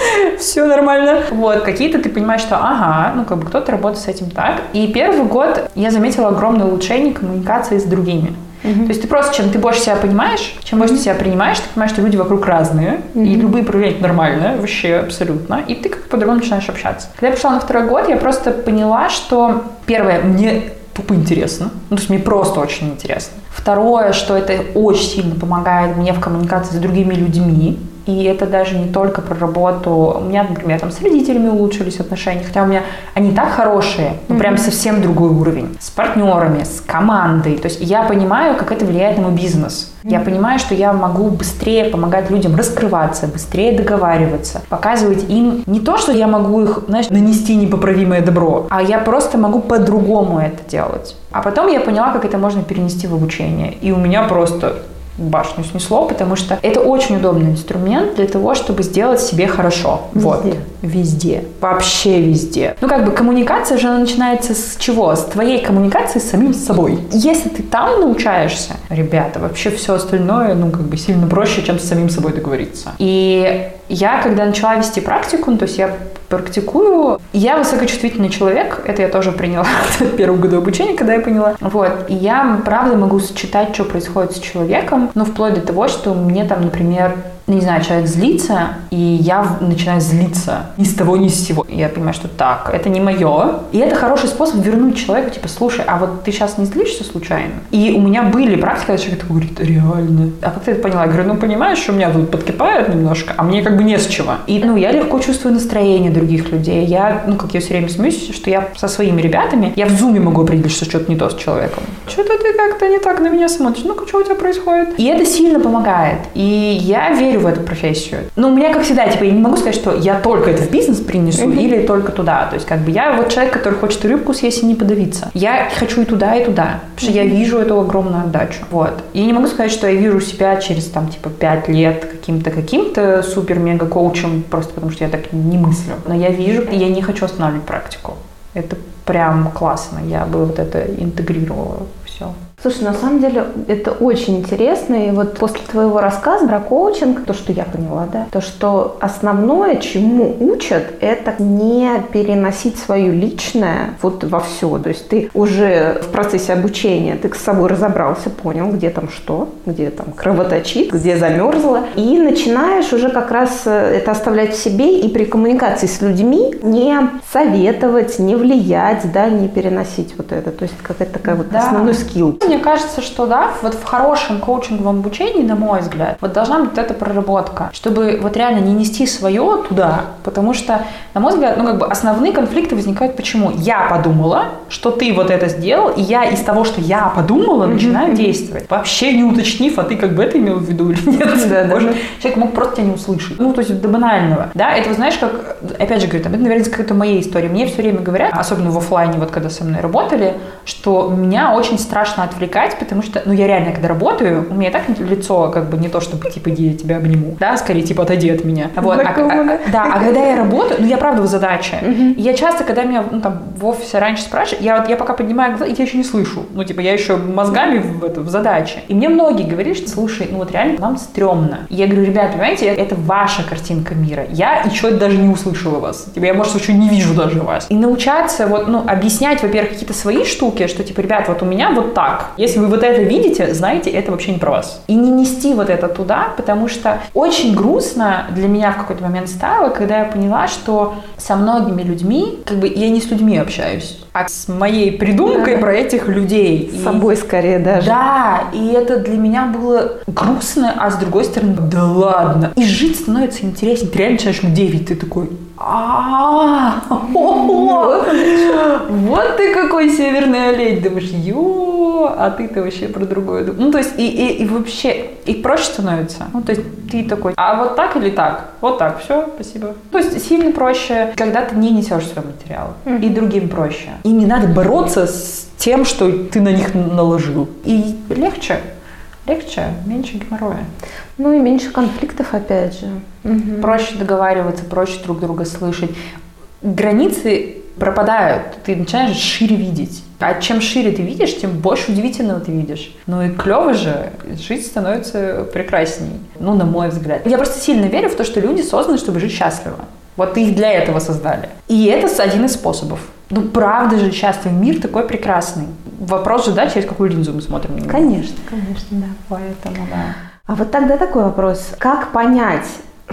Speaker 1: все нормально. Вот, какие-то ты понимаешь, что ага, ну как бы кто-то работает с этим так. И первый год я заметила огромное улучшение коммуникации с другими. То есть ты просто, чем ты больше себя понимаешь, чем больше ты себя принимаешь, ты понимаешь, что люди вокруг разные, и любые проявления нормальные, вообще абсолютно, и ты как-то по-другому начинаешь общаться. Когда я пришла на второй год, я просто поняла, что первое, мне тупо интересно, ну, то есть мне просто очень интересно. Второе, что это очень сильно помогает мне в коммуникации с другими людьми. И это даже не только про работу. У меня, например, там с родителями улучшились отношения, хотя у меня они так хорошие, ну прям совсем другой уровень. С партнерами, с командой. То есть я понимаю, как это влияет на мой бизнес. Я понимаю, что я могу быстрее помогать людям раскрываться, быстрее договариваться, показывать им не то, что я могу их, знаешь, нанести непоправимое добро, а я просто могу по-другому это делать. А потом я поняла, как это можно перенести в обучение. И у меня просто башню снесло, потому что это очень удобный инструмент для того, чтобы сделать себе хорошо.
Speaker 2: Везде.
Speaker 1: Вот. Везде. Вообще везде. Ну, как бы коммуникация же начинается с чего? С твоей коммуникации с самим собой. Если ты там научаешься, ребята, вообще все остальное, ну, как бы сильно проще, чем с самим собой договориться. И я, когда начала вести практику, то есть я практикую, я высокочувствительный человек, это я тоже приняла в первом году обучения, когда я поняла. Вот. И я, правда, могу сочетать, что происходит с человеком, ну, вплоть до того, что мне там, например, не знаю, человек злится, и я начинаю злиться ни с того, ни с сего. И я понимаю, что так, это не мое. И это хороший способ вернуть человеку, типа, слушай, а вот ты сейчас не злишься случайно? И у меня были практики, когда человек такой говорит, реально. А как ты это поняла? Я говорю, ну, понимаешь, что у меня тут подкипает немножко, а мне как бы не с чего. И, ну, я легко чувствую настроение других людей. Я, ну, как я все время смеюсь, что я со своими ребятами, я в зуме могу определить, что что-то не то с человеком. Что-то ты как-то не так на меня смотришь. Ну-ка, что у тебя происходит? И это сильно помогает. И я верю в эту профессию. Но у меня, как всегда, типа, я не могу сказать, что я только это в бизнес принесу или только туда. То есть, как бы, я вот человек, который хочет рыбку съесть и не подавиться. Я хочу и туда, потому что я вижу эту огромную отдачу. Вот. Я не могу сказать, что я вижу себя через, там, типа, 5 лет каким-то супер-мега-коучем, просто потому что я так не мыслю. Но я вижу, и я не хочу останавливать практику. Это прям классно. Я бы вот это интегрировала все.
Speaker 2: Слушай, на самом деле это очень интересно, и вот после твоего рассказа про коучинг, то, что я поняла, да, то, что основное, чему учат, это не переносить свое личное вот во все, то есть ты уже в процессе обучения, ты с собой разобрался, понял, где там что, где там кровоточит, где замерзло, и начинаешь уже как раз это оставлять в себе, и при коммуникации с людьми не советовать, не влиять, да, не переносить вот это, то есть какая-то такая вот основной скилл.
Speaker 1: Мне кажется, что да, вот в хорошем коучинговом обучении, на мой взгляд, вот должна быть эта проработка, чтобы вот реально не нести свое туда, потому что, на мой взгляд, ну как бы основные конфликты возникают почему? Я подумала, что ты вот это сделал, и я из того, что я подумала, начинаю действовать. Вообще не уточнив, а ты как бы это имел в виду или нет?
Speaker 2: Да,
Speaker 1: Может, человек мог просто тебя не услышать. Ну, то есть до банального. Да, это, знаешь, как, опять же говорю, там, это, наверное, какая-то моя история. Мне все время говорят, особенно в офлайне, вот когда со мной работали, что меня очень страшно отвлекать, потому что, ну, я реально, когда работаю, у меня и так лицо, как бы, не то, чтобы, типа, иди, я тебя обниму, да, скорее, типа, отойди от меня. Вот. А когда я работаю, ну, я правда в задаче. И я часто, когда меня, ну, там, в офисе раньше спрашивают, я пока поднимаю глаза, и я еще не слышу. Ну, типа, я еще мозгами в задаче. И мне многие говорили, что, слушай, ну, вот реально нам стрёмно. И я говорю, ребят, понимаете, это ваша картинка мира. Я еще даже не услышала вас. Типа, я, может, еще не вижу даже вас. И научаться, вот, ну, объяснять, во-первых, какие-то свои штуки, что, типа, ребят, вот у меня вот так. Если вы вот это видите, знаете, это вообще не про вас. И не нести вот это туда, потому что очень грустно для меня в какой-то момент стало, когда я поняла, что со многими людьми, как бы я не с людьми общаюсь, а с моей придумкой про этих людей.
Speaker 2: С собой скорее даже.
Speaker 1: Да, и это для меня было грустно, а с другой стороны, да ладно. И жить становится интереснее. Ты реально начинаешь людей видеть, ты такой... Вот ты какой северный олень, думаешь, а ты-то вообще про другое. Ну, то есть, и вообще, и проще становится. Ну, то есть, ты такой, а вот так или так? Вот так, все, спасибо. То есть, сильно проще, когда ты не несешь свой материал. И другим проще. И не надо бороться с тем, что ты на них наложил. И легче, меньше геморроя.
Speaker 2: Ну и меньше конфликтов, опять же.
Speaker 1: Проще договариваться, проще друг друга слышать. Границы пропадают. Ты начинаешь шире видеть. А чем шире ты видишь, тем больше удивительного ты видишь. Ну и клево же, жизнь становится прекрасней. Ну, на мой взгляд. Я просто сильно верю в то, что люди созданы, чтобы жить счастливо. Вот их для этого создали. И это один из способов. Ну, правда же счастлив. Мир такой прекрасный. Вопрос же, да, через какую линзу мы смотрим на него.
Speaker 2: Конечно, да.
Speaker 1: Поэтому, да.
Speaker 2: А вот тогда такой вопрос. Как понять,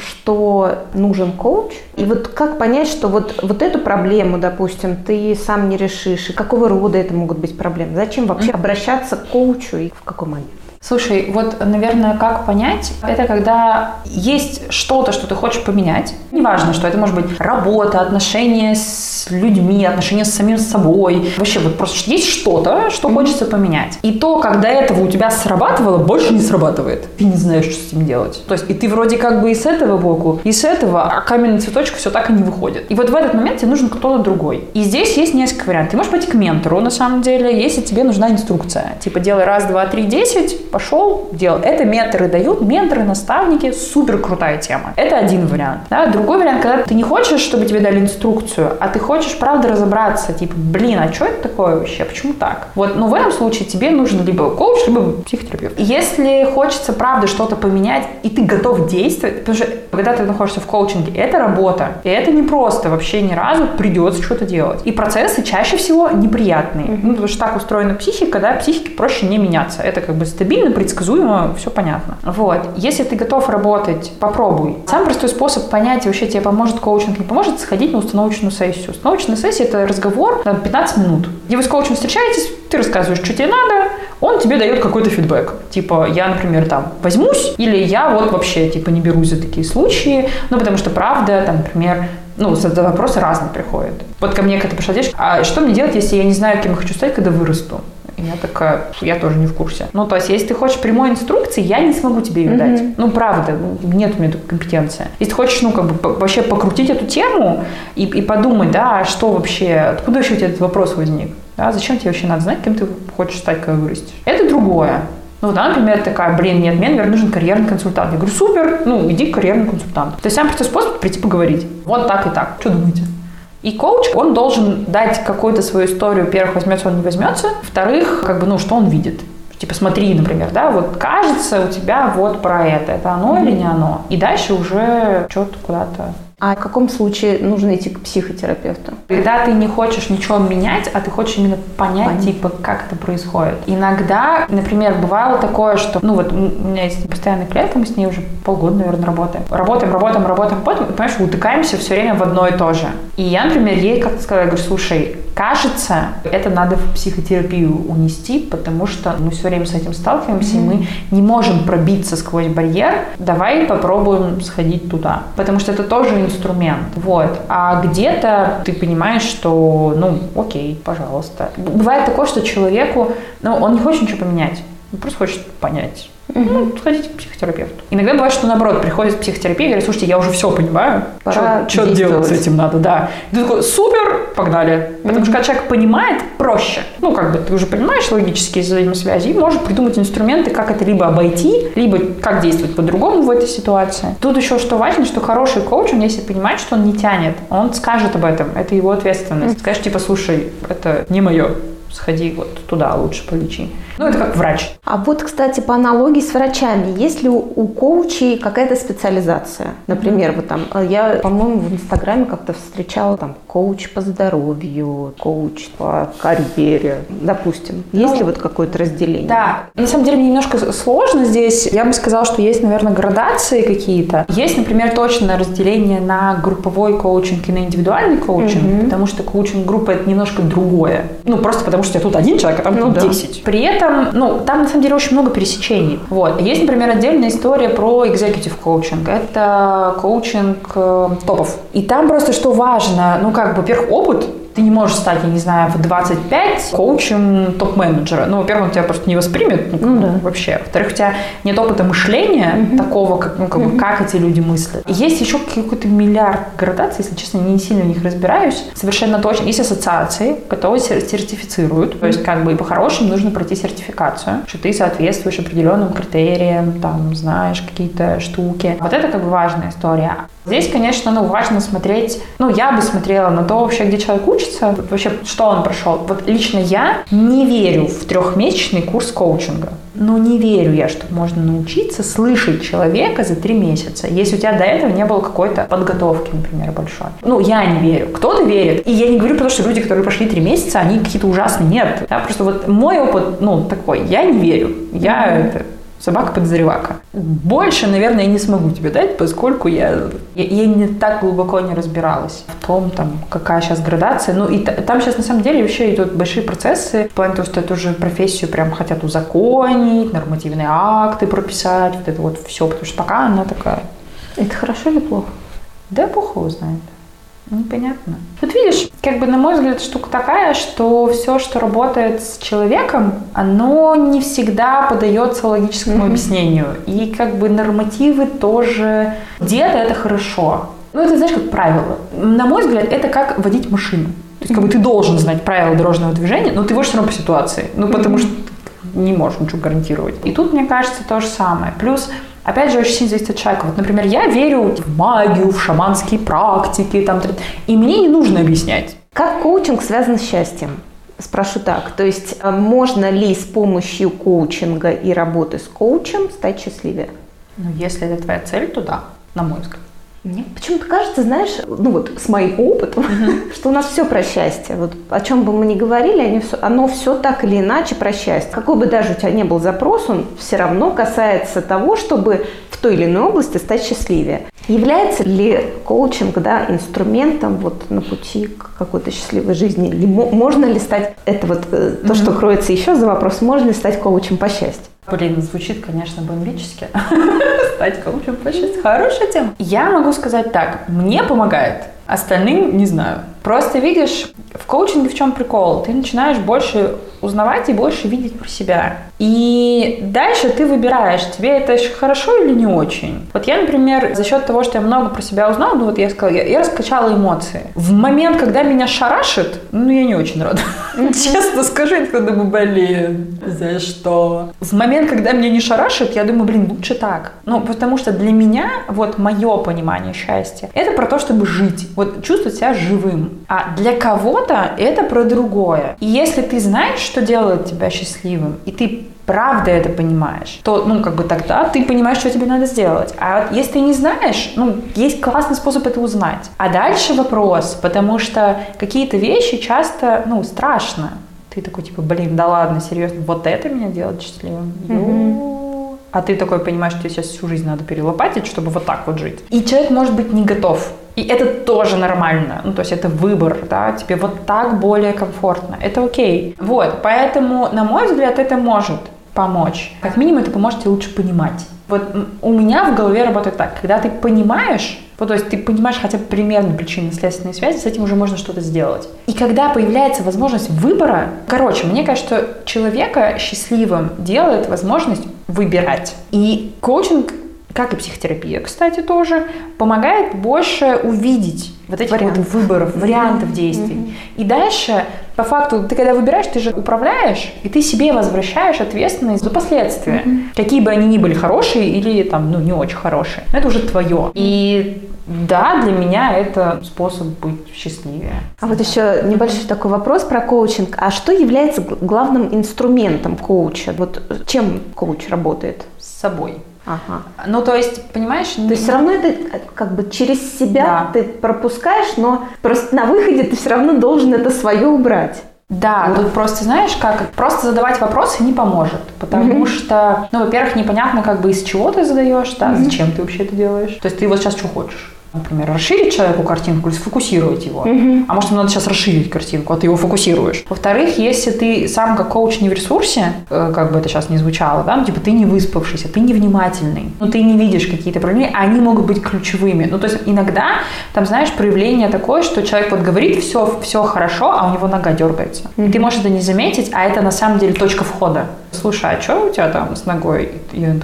Speaker 2: что нужен коуч? И вот как понять, что вот эту проблему, допустим, ты сам не решишь? И какого рода это могут быть проблемы? Зачем вообще обращаться к коучу и в какой момент?
Speaker 1: Слушай, вот, наверное, как понять, это когда есть что-то, что ты хочешь поменять. Неважно, что это может быть работа, отношения с людьми, отношения с самим собой. Вообще, вот просто есть что-то, что хочется поменять. И то, когда этого у тебя срабатывало, больше не срабатывает. Ты не знаешь, что с этим делать. То есть, и ты вроде как бы и с этого боку, и с этого, а каменный цветочек все так и не выходит. И вот в этот момент тебе нужен кто-то другой. И здесь есть несколько вариантов. Ты можешь пойти к ментору, на самом деле, если тебе нужна инструкция. Типа, делай 1, 2, 3, 10, пошел, делал. Это менторы дают, менторы, наставники, супер крутая тема. Это один вариант. Да? Другой вариант, когда ты не хочешь, чтобы тебе дали инструкцию, а ты хочешь, правда, разобраться, типа, блин, а что это такое вообще, почему так? Вот, но в этом случае тебе нужен либо коуч, либо психотерапевт. Если хочется, правда, что-то поменять, и ты готов действовать, потому что, когда ты находишься в коучинге, это работа, и это не просто вообще ни разу придется что-то делать. И процессы чаще всего неприятные. Ну, потому что так устроена психика, да, психике проще не меняться. Это как бы стабильно, предсказуемо, все понятно. Вот. Если ты готов работать, попробуй. Самый простой способ понять, вообще тебе поможет коучинг, не поможет, сходить на установочную сессию. Установочная сессия – это разговор на 15 минут, где вы с коучем встречаетесь, ты рассказываешь, что тебе надо, он тебе дает какой-то фидбэк. Типа, я, например, там, возьмусь, или я вот вообще, типа, не берусь за такие случаи, ну, потому что, правда, там, например, ну, вопросы разные приходят. Вот ко мне когда пришла девушка, а что мне делать, если я не знаю, кем я хочу стать, когда вырасту? И я такая, я тоже не в курсе. Ну, то есть, если ты хочешь прямой инструкции, я не смогу тебе ее дать. Ну, правда, нет у меня такой компетенции. Если ты хочешь, ну, как бы вообще покрутить эту тему и подумать, да, что вообще, откуда вообще у тебя этот вопрос возник? Да, зачем тебе вообще надо знать, кем ты хочешь стать, когда вырастешь? Это другое. Ну, да, например, такая, блин, нет, мне, наверное, нужен карьерный консультант. Я говорю, супер, ну, иди к карьерному консультанту. То есть, самый простой способ прийти поговорить. Вот так и так. Что думаете? И коуч, он должен дать какую-то свою историю. Во-первых, возьмется он, не возьмется. Во-вторых, как бы, ну, что он видит. Типа, смотри, например, да, вот кажется у тебя вот про это. Это оно или не оно? И дальше уже что-то куда-то.
Speaker 2: А в каком случае нужно идти к психотерапевту?
Speaker 1: Когда ты не хочешь ничего менять, а ты хочешь именно понять, типа, как это происходит. Иногда, например, бывало такое, что, ну вот, у меня есть постоянный клиент, мы с ней уже полгода, наверное, работаем. Работаем, и, понимаешь, утыкаемся все время в одно и то же. И я, например, ей как-то сказала, я говорю, слушай, кажется, это надо в психотерапию унести, потому что мы все время с этим сталкиваемся, и мы не можем пробиться сквозь барьер. Давай попробуем сходить туда. Потому что это тоже инструмент. Вот. А где-то ты понимаешь, что, ну, окей, пожалуйста. Бывает такое, что человеку, ну, он не хочет ничего поменять, он просто хочет понять. Ну, сходите к психотерапевту. Иногда бывает, что наоборот, приходит к психотерапии и говорит, слушайте, я уже все понимаю, что делать с этим надо, да. И ты такой, супер, погнали. Потому что когда человек понимает, проще. Ну, как бы ты уже понимаешь логические взаимосвязи и можешь придумать инструменты, как это либо обойти, либо как действовать по-другому в этой ситуации. Тут еще что важно, что хороший коуч, он если понимает, что он не тянет, он скажет об этом, это его ответственность. Скажешь, типа, слушай, это не мое. Сходи вот туда, лучше полечи. Ну, это как врач.
Speaker 2: А вот, кстати, по аналогии с врачами, есть ли у коучей какая-то специализация? Например, вот там, я, по-моему, в Инстаграме как-то встречала там коуч по здоровью, коуч по карьере, допустим. Есть ли вот какое-то разделение?
Speaker 1: Да. На самом деле, мне немножко сложно здесь. Я бы сказала, что есть, наверное, градации какие-то. Есть, например, точное разделение на групповой коучинг и на индивидуальный коучинг, потому что коучинг-группа – это немножко другое. Ну, просто потому что у тебя тут один человек, а там тут 10. При этом, ну, там на самом деле очень много пересечений. Вот. Есть, например, отдельная история про executive коучинг. Это коучинг топов. И там просто что важно, ну, как бы, во-первых, опыт. Ты не можешь стать, я не знаю, в 25 коучем топ-менеджера. Ну, во-первых, он тебя просто не воспримет вообще. Во-вторых, у тебя нет опыта мышления такого, как, ну, как бы, как эти люди мыслят. И есть еще какой-то миллиард градаций, если честно, не сильно в них разбираюсь. Совершенно точно. Есть ассоциации, которые сертифицируют. То есть, как бы, и по-хорошему нужно пройти сертификацию, что ты соответствуешь определенным критериям, там, знаешь какие-то штуки. Вот это, как бы, важная история. Здесь, конечно, ну, важно смотреть, ну, я бы смотрела на то вообще, где человек учится, учится, вообще, что он прошел. Вот лично я не верю в 3-месячный курс коучинга. Ну, не верю я, что можно научиться слышать человека за 3 месяца, если у тебя до этого не было какой-то подготовки, например, большой. Ну, я не верю. Кто-то верит. И я не говорю, потому что люди, которые прошли 3 месяца, они какие-то ужасные. Нет. Да, просто вот мой опыт, такой. Я не верю. Я собака-подозревака. Больше, наверное, я не смогу тебе дать, поскольку я не так глубоко не разбиралась в том, какая сейчас градация. Ну, и там сейчас, на самом деле, вообще идут большие процессы, в плане того, что эту же профессию прям хотят узаконить, нормативные акты прописать, вот это вот все, потому что пока она такая.
Speaker 2: Это хорошо или плохо?
Speaker 1: Да, Бог его знает. Непонятно. Вот видишь, на мой взгляд, штука такая, что все, что работает с человеком, оно не всегда поддается логическому объяснению. И нормативы тоже где-то это хорошо. Это, знаешь, как правило. На мой взгляд, это как водить машину. То есть, ты должен знать правила дорожного движения, но ты водишь все равно по ситуации. Потому что ты не можешь ничего гарантировать. И тут, мне кажется, то же самое. Плюс, опять же, очень сильно зависит от человека. Вот, например, я верю в магию, в шаманские практики, и мне не нужно объяснять.
Speaker 2: Как коучинг связан с счастьем? Спрошу так. То есть, можно ли с помощью коучинга и работы с коучем стать счастливее?
Speaker 1: Если это твоя цель, то да, на мой взгляд.
Speaker 2: Мне почему-то кажется, знаешь, с моим опытом, что у нас все про счастье. Вот о чем бы мы ни говорили, оно все так или иначе про счастье. Какой бы даже у тебя ни был запрос, он все равно касается того, чтобы в той или иной области стать счастливее. Является ли коучинг, инструментом на пути к какой-то счастливой жизни? Или можно ли стать, это то, что кроется еще за вопрос, можно ли стать коучем по счастью?
Speaker 1: Звучит, конечно, бомбически. Стать коучем по счастью. Хорошая тема. Я могу сказать так. Мне помогает. Остальным не знаю. Просто видишь, в коучинге в чем прикол? Ты начинаешь больше узнавать и больше видеть про себя. И дальше ты выбираешь, тебе это хорошо или не очень. Вот я, например, за счет того, что я много про себя узнала, я сказала, я раскачала эмоции. В момент, когда меня шарашит, я не очень рада. Честно скажу, я думаю, за что? В момент, когда меня не шарашит, я думаю, лучше так. Потому что для меня, мое понимание счастья, это про то, чтобы жить. Чувствовать себя живым. А для кого-то это про другое. И если ты знаешь, что делает тебя счастливым, и ты правда это понимаешь, то, тогда ты понимаешь, что тебе надо сделать. А если ты не знаешь, есть классный способ это узнать. А дальше вопрос, потому что какие-то вещи часто, страшно. Ты такой, да ладно, серьезно, вот это меня делает счастливым? А ты такой понимаешь, что тебе сейчас всю жизнь надо перелопатить, чтобы вот так вот жить. И человек может быть не готов. И это тоже нормально. То есть это выбор, да, тебе вот так более комфортно. Это окей. Поэтому, на мой взгляд, это может помочь. Как минимум, это поможет тебе лучше понимать. У меня в голове работает так. Когда ты понимаешь, то есть ты понимаешь хотя бы примерно причинно-следственные связи, с этим уже можно что-то сделать. И когда появляется возможность выбора, мне кажется, что человека счастливым делает возможность выбирать. И коучинг, как и психотерапия, кстати, тоже, помогает больше увидеть этих выборов, вариантов действий. И дальше, по факту, ты когда выбираешь, ты же управляешь, и ты себе возвращаешь ответственность за последствия. Какие бы они ни были хорошие или не очень хорошие. Но это уже твое. И да, для меня это способ быть счастливее.
Speaker 2: А еще небольшой такой вопрос про коучинг. А что является главным инструментом коуча? Чем коуч работает?
Speaker 1: С собой.
Speaker 2: Ага.
Speaker 1: То есть, понимаешь...
Speaker 2: То есть все равно это через себя ты пропускаешь, но просто на выходе ты все равно должен это свое убрать.
Speaker 1: Да, тут просто, знаешь, просто задавать вопросы не поможет, потому что, во-первых, непонятно, из чего ты задаешь, да, зачем ты вообще это делаешь. То есть ты сейчас что хочешь? Например, расширить человеку картинку или сфокусировать его. А может, ему надо сейчас расширить картинку, а ты его фокусируешь. Во-вторых, если ты сам как коуч не в ресурсе, как бы это сейчас не звучало, да, ты не выспавшийся, ты невнимательный, ты не видишь какие-то проблемы, они могут быть ключевыми. То есть иногда, проявление такое, что человек говорит, все хорошо, а у него нога дергается. И ты можешь это не заметить, а это на самом деле точка входа. Слушай, а что у тебя там с ногой? И он такой...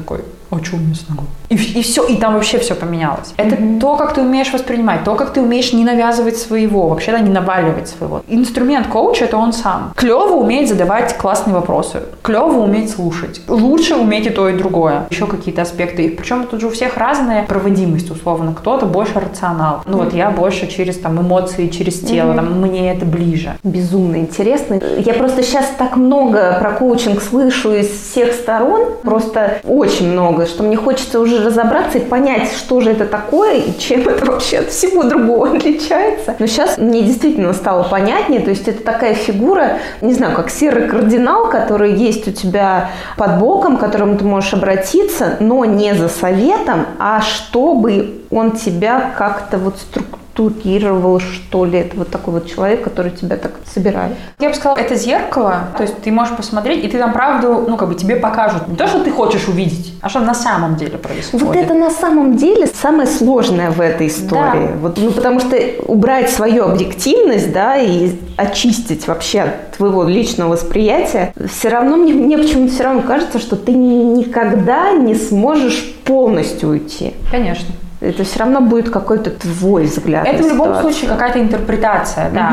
Speaker 1: а что у меня с ногой? И все, и там вообще все поменялось. Это то, как ты умеешь воспринимать, то, как ты умеешь не навязывать своего, вообще не наваливать своего. Инструмент коуча – это он сам. Клево уметь задавать классные вопросы, клево уметь слушать, лучше уметь и то, и другое. Еще какие-то аспекты. И причем тут же у всех разная проводимость, условно. Кто-то больше рационал. Ну вот я больше через там эмоции, через тело, там, мне это ближе.
Speaker 2: Безумно интересно. Я просто сейчас так много про коучинг слышу из всех сторон, просто очень много, что мне хочется уже разобраться и понять, что же это такое и чем это вообще от всего другого отличается. Но сейчас мне действительно стало понятнее, то есть это такая фигура, не знаю, как серый кардинал, который есть у тебя под боком, к которому ты можешь обратиться, но не за советом, а чтобы он тебя как-то вот структурировал, что ли. Это вот такой вот человек, который тебя так собирает.
Speaker 1: Я бы сказала, это зеркало, то есть ты можешь посмотреть, и ты там правду, ну, как бы тебе покажут. Не то, что ты хочешь увидеть, а что на самом деле происходит.
Speaker 2: Вот это на самом деле самое сложное в этой истории. Да. Вот, ну, потому что убрать свою объективность, да, и очистить вообще от твоего личного восприятия, все равно, мне почему-то все равно кажется, что ты никогда не сможешь полностью уйти.
Speaker 1: Конечно.
Speaker 2: Это все равно будет какой-то твой взгляд.
Speaker 1: Это в любом случае какая-то интерпретация, да.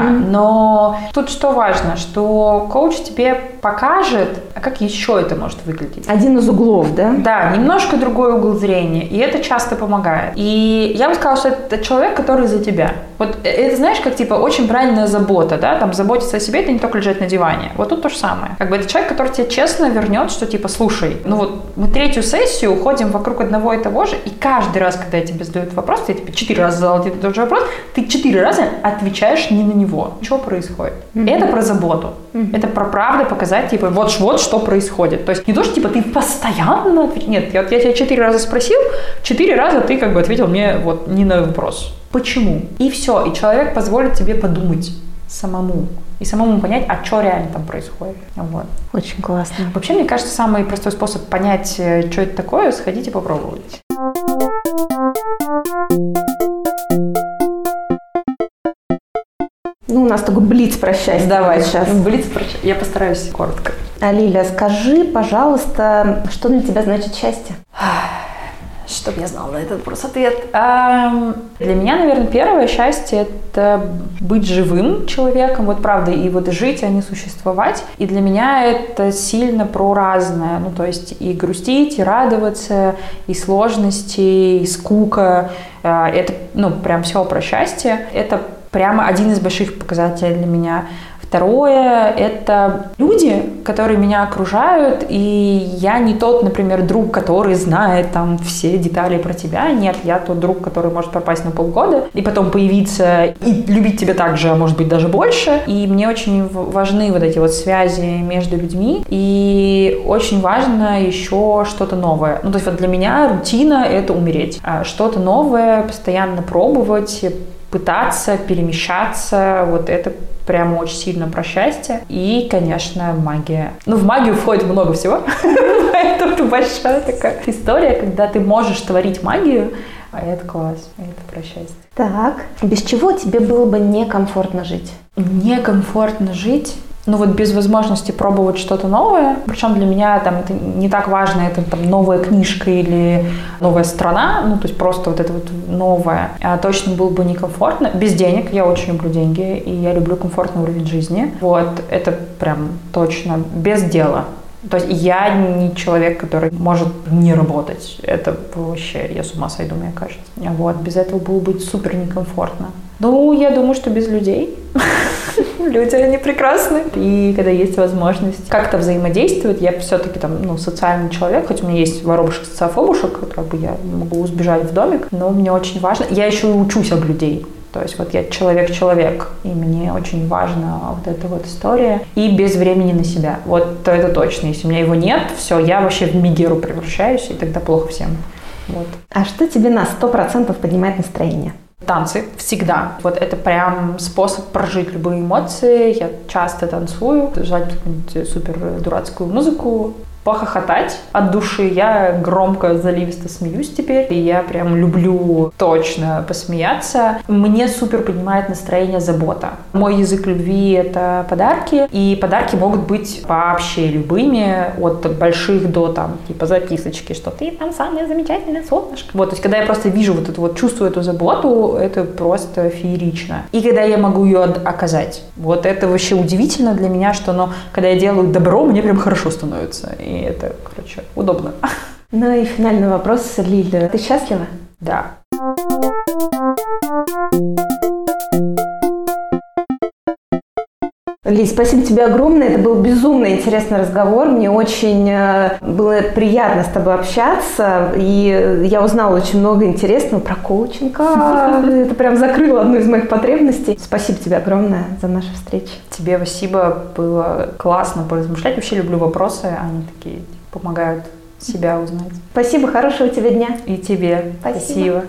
Speaker 1: Но тут что важно, что коуч тебе покажет, а как еще это может выглядеть.
Speaker 2: Один из углов, да?
Speaker 1: Да, немножко другой угол зрения. И это часто помогает. И я бы сказала, что это человек, который за тебя. Вот это, знаешь, как типа очень правильная забота, да, там заботиться о себе, это не только лежать на диване. Вот тут то же самое. Как бы это человек, который тебе честно вернет, что типа, слушай, ну вот мы 3-ю сессию ходим вокруг одного и того же, и каждый раз, когда я тебе задают вопрос, я тебе 4 раза задал тебе тот же вопрос, ты 4 раза отвечаешь не на него. Что происходит? Это про заботу. Это про правду показать, типа, вот что происходит. То есть не то, что типа ты постоянно отвечаешь. Нет, я тебя 4 раза спросил, 4 раза ты как бы ответил мне вот не на вопрос. Почему? И все. И человек позволит тебе подумать самому. И самому понять, а что реально там происходит. Вот.
Speaker 2: Очень классно.
Speaker 1: Вообще, мне кажется, самый простой способ понять, что это такое, сходить и попробовать.
Speaker 2: Ну, у нас такой блиц про счастье.
Speaker 1: Давай сейчас. Блиц про счастье. Я постараюсь коротко.
Speaker 2: Лиля, скажи, пожалуйста, что для тебя значит счастье?
Speaker 1: Чтоб я знала на этот вопрос ответ. Для меня, наверное, первое счастье – это быть живым человеком, вот правда, и вот жить, а не существовать. И для меня это сильно про разное. Ну, то есть и грустить, и радоваться, и сложности, и скука. Это, ну, прям все про счастье. Это прямо один из больших показателей для меня. Второе – это люди, которые меня окружают, и я не тот, например, друг, который знает там все детали про тебя. Нет, я тот друг, который может пропасть на полгода и потом появиться и любить тебя так же, а может быть даже больше. И мне очень важны вот эти вот связи между людьми, и очень важно еще что-то новое. Ну, то есть вот для меня рутина – это умереть. Что-то новое, постоянно пробовать, пытаться, перемещаться, вот это прямо очень сильно про счастье. И, конечно, магия. Ну, в магию входит много всего, поэтому это большая такая история, когда ты можешь творить магию, а это класс, это про счастье.
Speaker 2: Так, без чего тебе было бы некомфортно жить?
Speaker 1: Некомфортно жить? Ну вот без возможности пробовать что-то новое, причем для меня там это не так важно, это там новая книжка или новая страна, ну то есть просто вот это вот новое, точно было бы некомфортно. Без денег, я очень люблю деньги, и я люблю комфортный уровень жизни, вот это прям точно, без дела. То есть я не человек, который может не работать, это вообще, я с ума сойду, мне кажется. Вот, без этого было бы супер некомфортно. Ну, я думаю, что без людей. Люди, они прекрасны. И когда есть возможность как-то взаимодействовать, я все-таки там, ну, социальный человек, хоть у меня есть воробушек-социофобушек, как бы я могу сбежать в домик, но мне очень важно. Я еще и учусь об людей. То есть вот я человек-человек, и мне очень важна вот эта вот история. И без времени на себя. Вот это точно. Если у меня его нет, все, я вообще в мегеру превращаюсь, и тогда плохо всем. Вот.
Speaker 2: А что тебе на 100% поднимает настроение?
Speaker 1: Танцы всегда. Вот это прям способ прожить любые эмоции. Я часто танцую, желательно какую-нибудь супер дурацкую музыку. похохотать от души. Я громко, заливисто смеюсь теперь. И я прям люблю точно посмеяться. Мне супер поднимает настроение забота. Мой язык любви — это подарки. И подарки могут быть вообще любыми, от больших до там, типа записочки, что ты там самое замечательное солнышко. Вот, то есть, когда я просто вижу вот это вот, чувствую эту заботу, это просто феерично. И когда я могу ее оказать. Вот это вообще удивительно для меня, что, когда я делаю добро, мне прям хорошо становится. И это, короче, удобно.
Speaker 2: Ну и финальный вопрос, Лиля. Ты счастлива?
Speaker 1: Да.
Speaker 2: Лиз, спасибо тебе огромное. Это был безумно интересный разговор. Мне очень было приятно с тобой общаться. И я узнала очень много интересного про коучинг. Это прям закрыло одну из моих потребностей. Спасибо тебе огромное за нашу встречу.
Speaker 1: Тебе спасибо. Было классно поразмышлять. Вообще люблю вопросы. Они такие помогают себя узнать.
Speaker 2: Спасибо. Хорошего тебе дня.
Speaker 1: И тебе. Спасибо.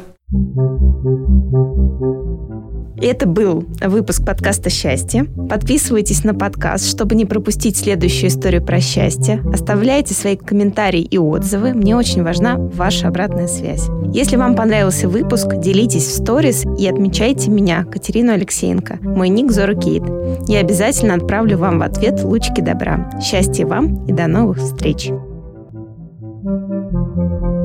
Speaker 2: Это был выпуск подкаста «Счастье». Подписывайтесь на подкаст, чтобы не пропустить следующую историю про счастье. Оставляйте свои комментарии и отзывы. Мне очень важна ваша обратная связь. Если вам понравился выпуск, делитесь в сторис и отмечайте меня, Катерину Алексеенко. Мой ник Зора Кейт. Я обязательно отправлю вам в ответ лучики добра. Счастья вам и до новых встреч!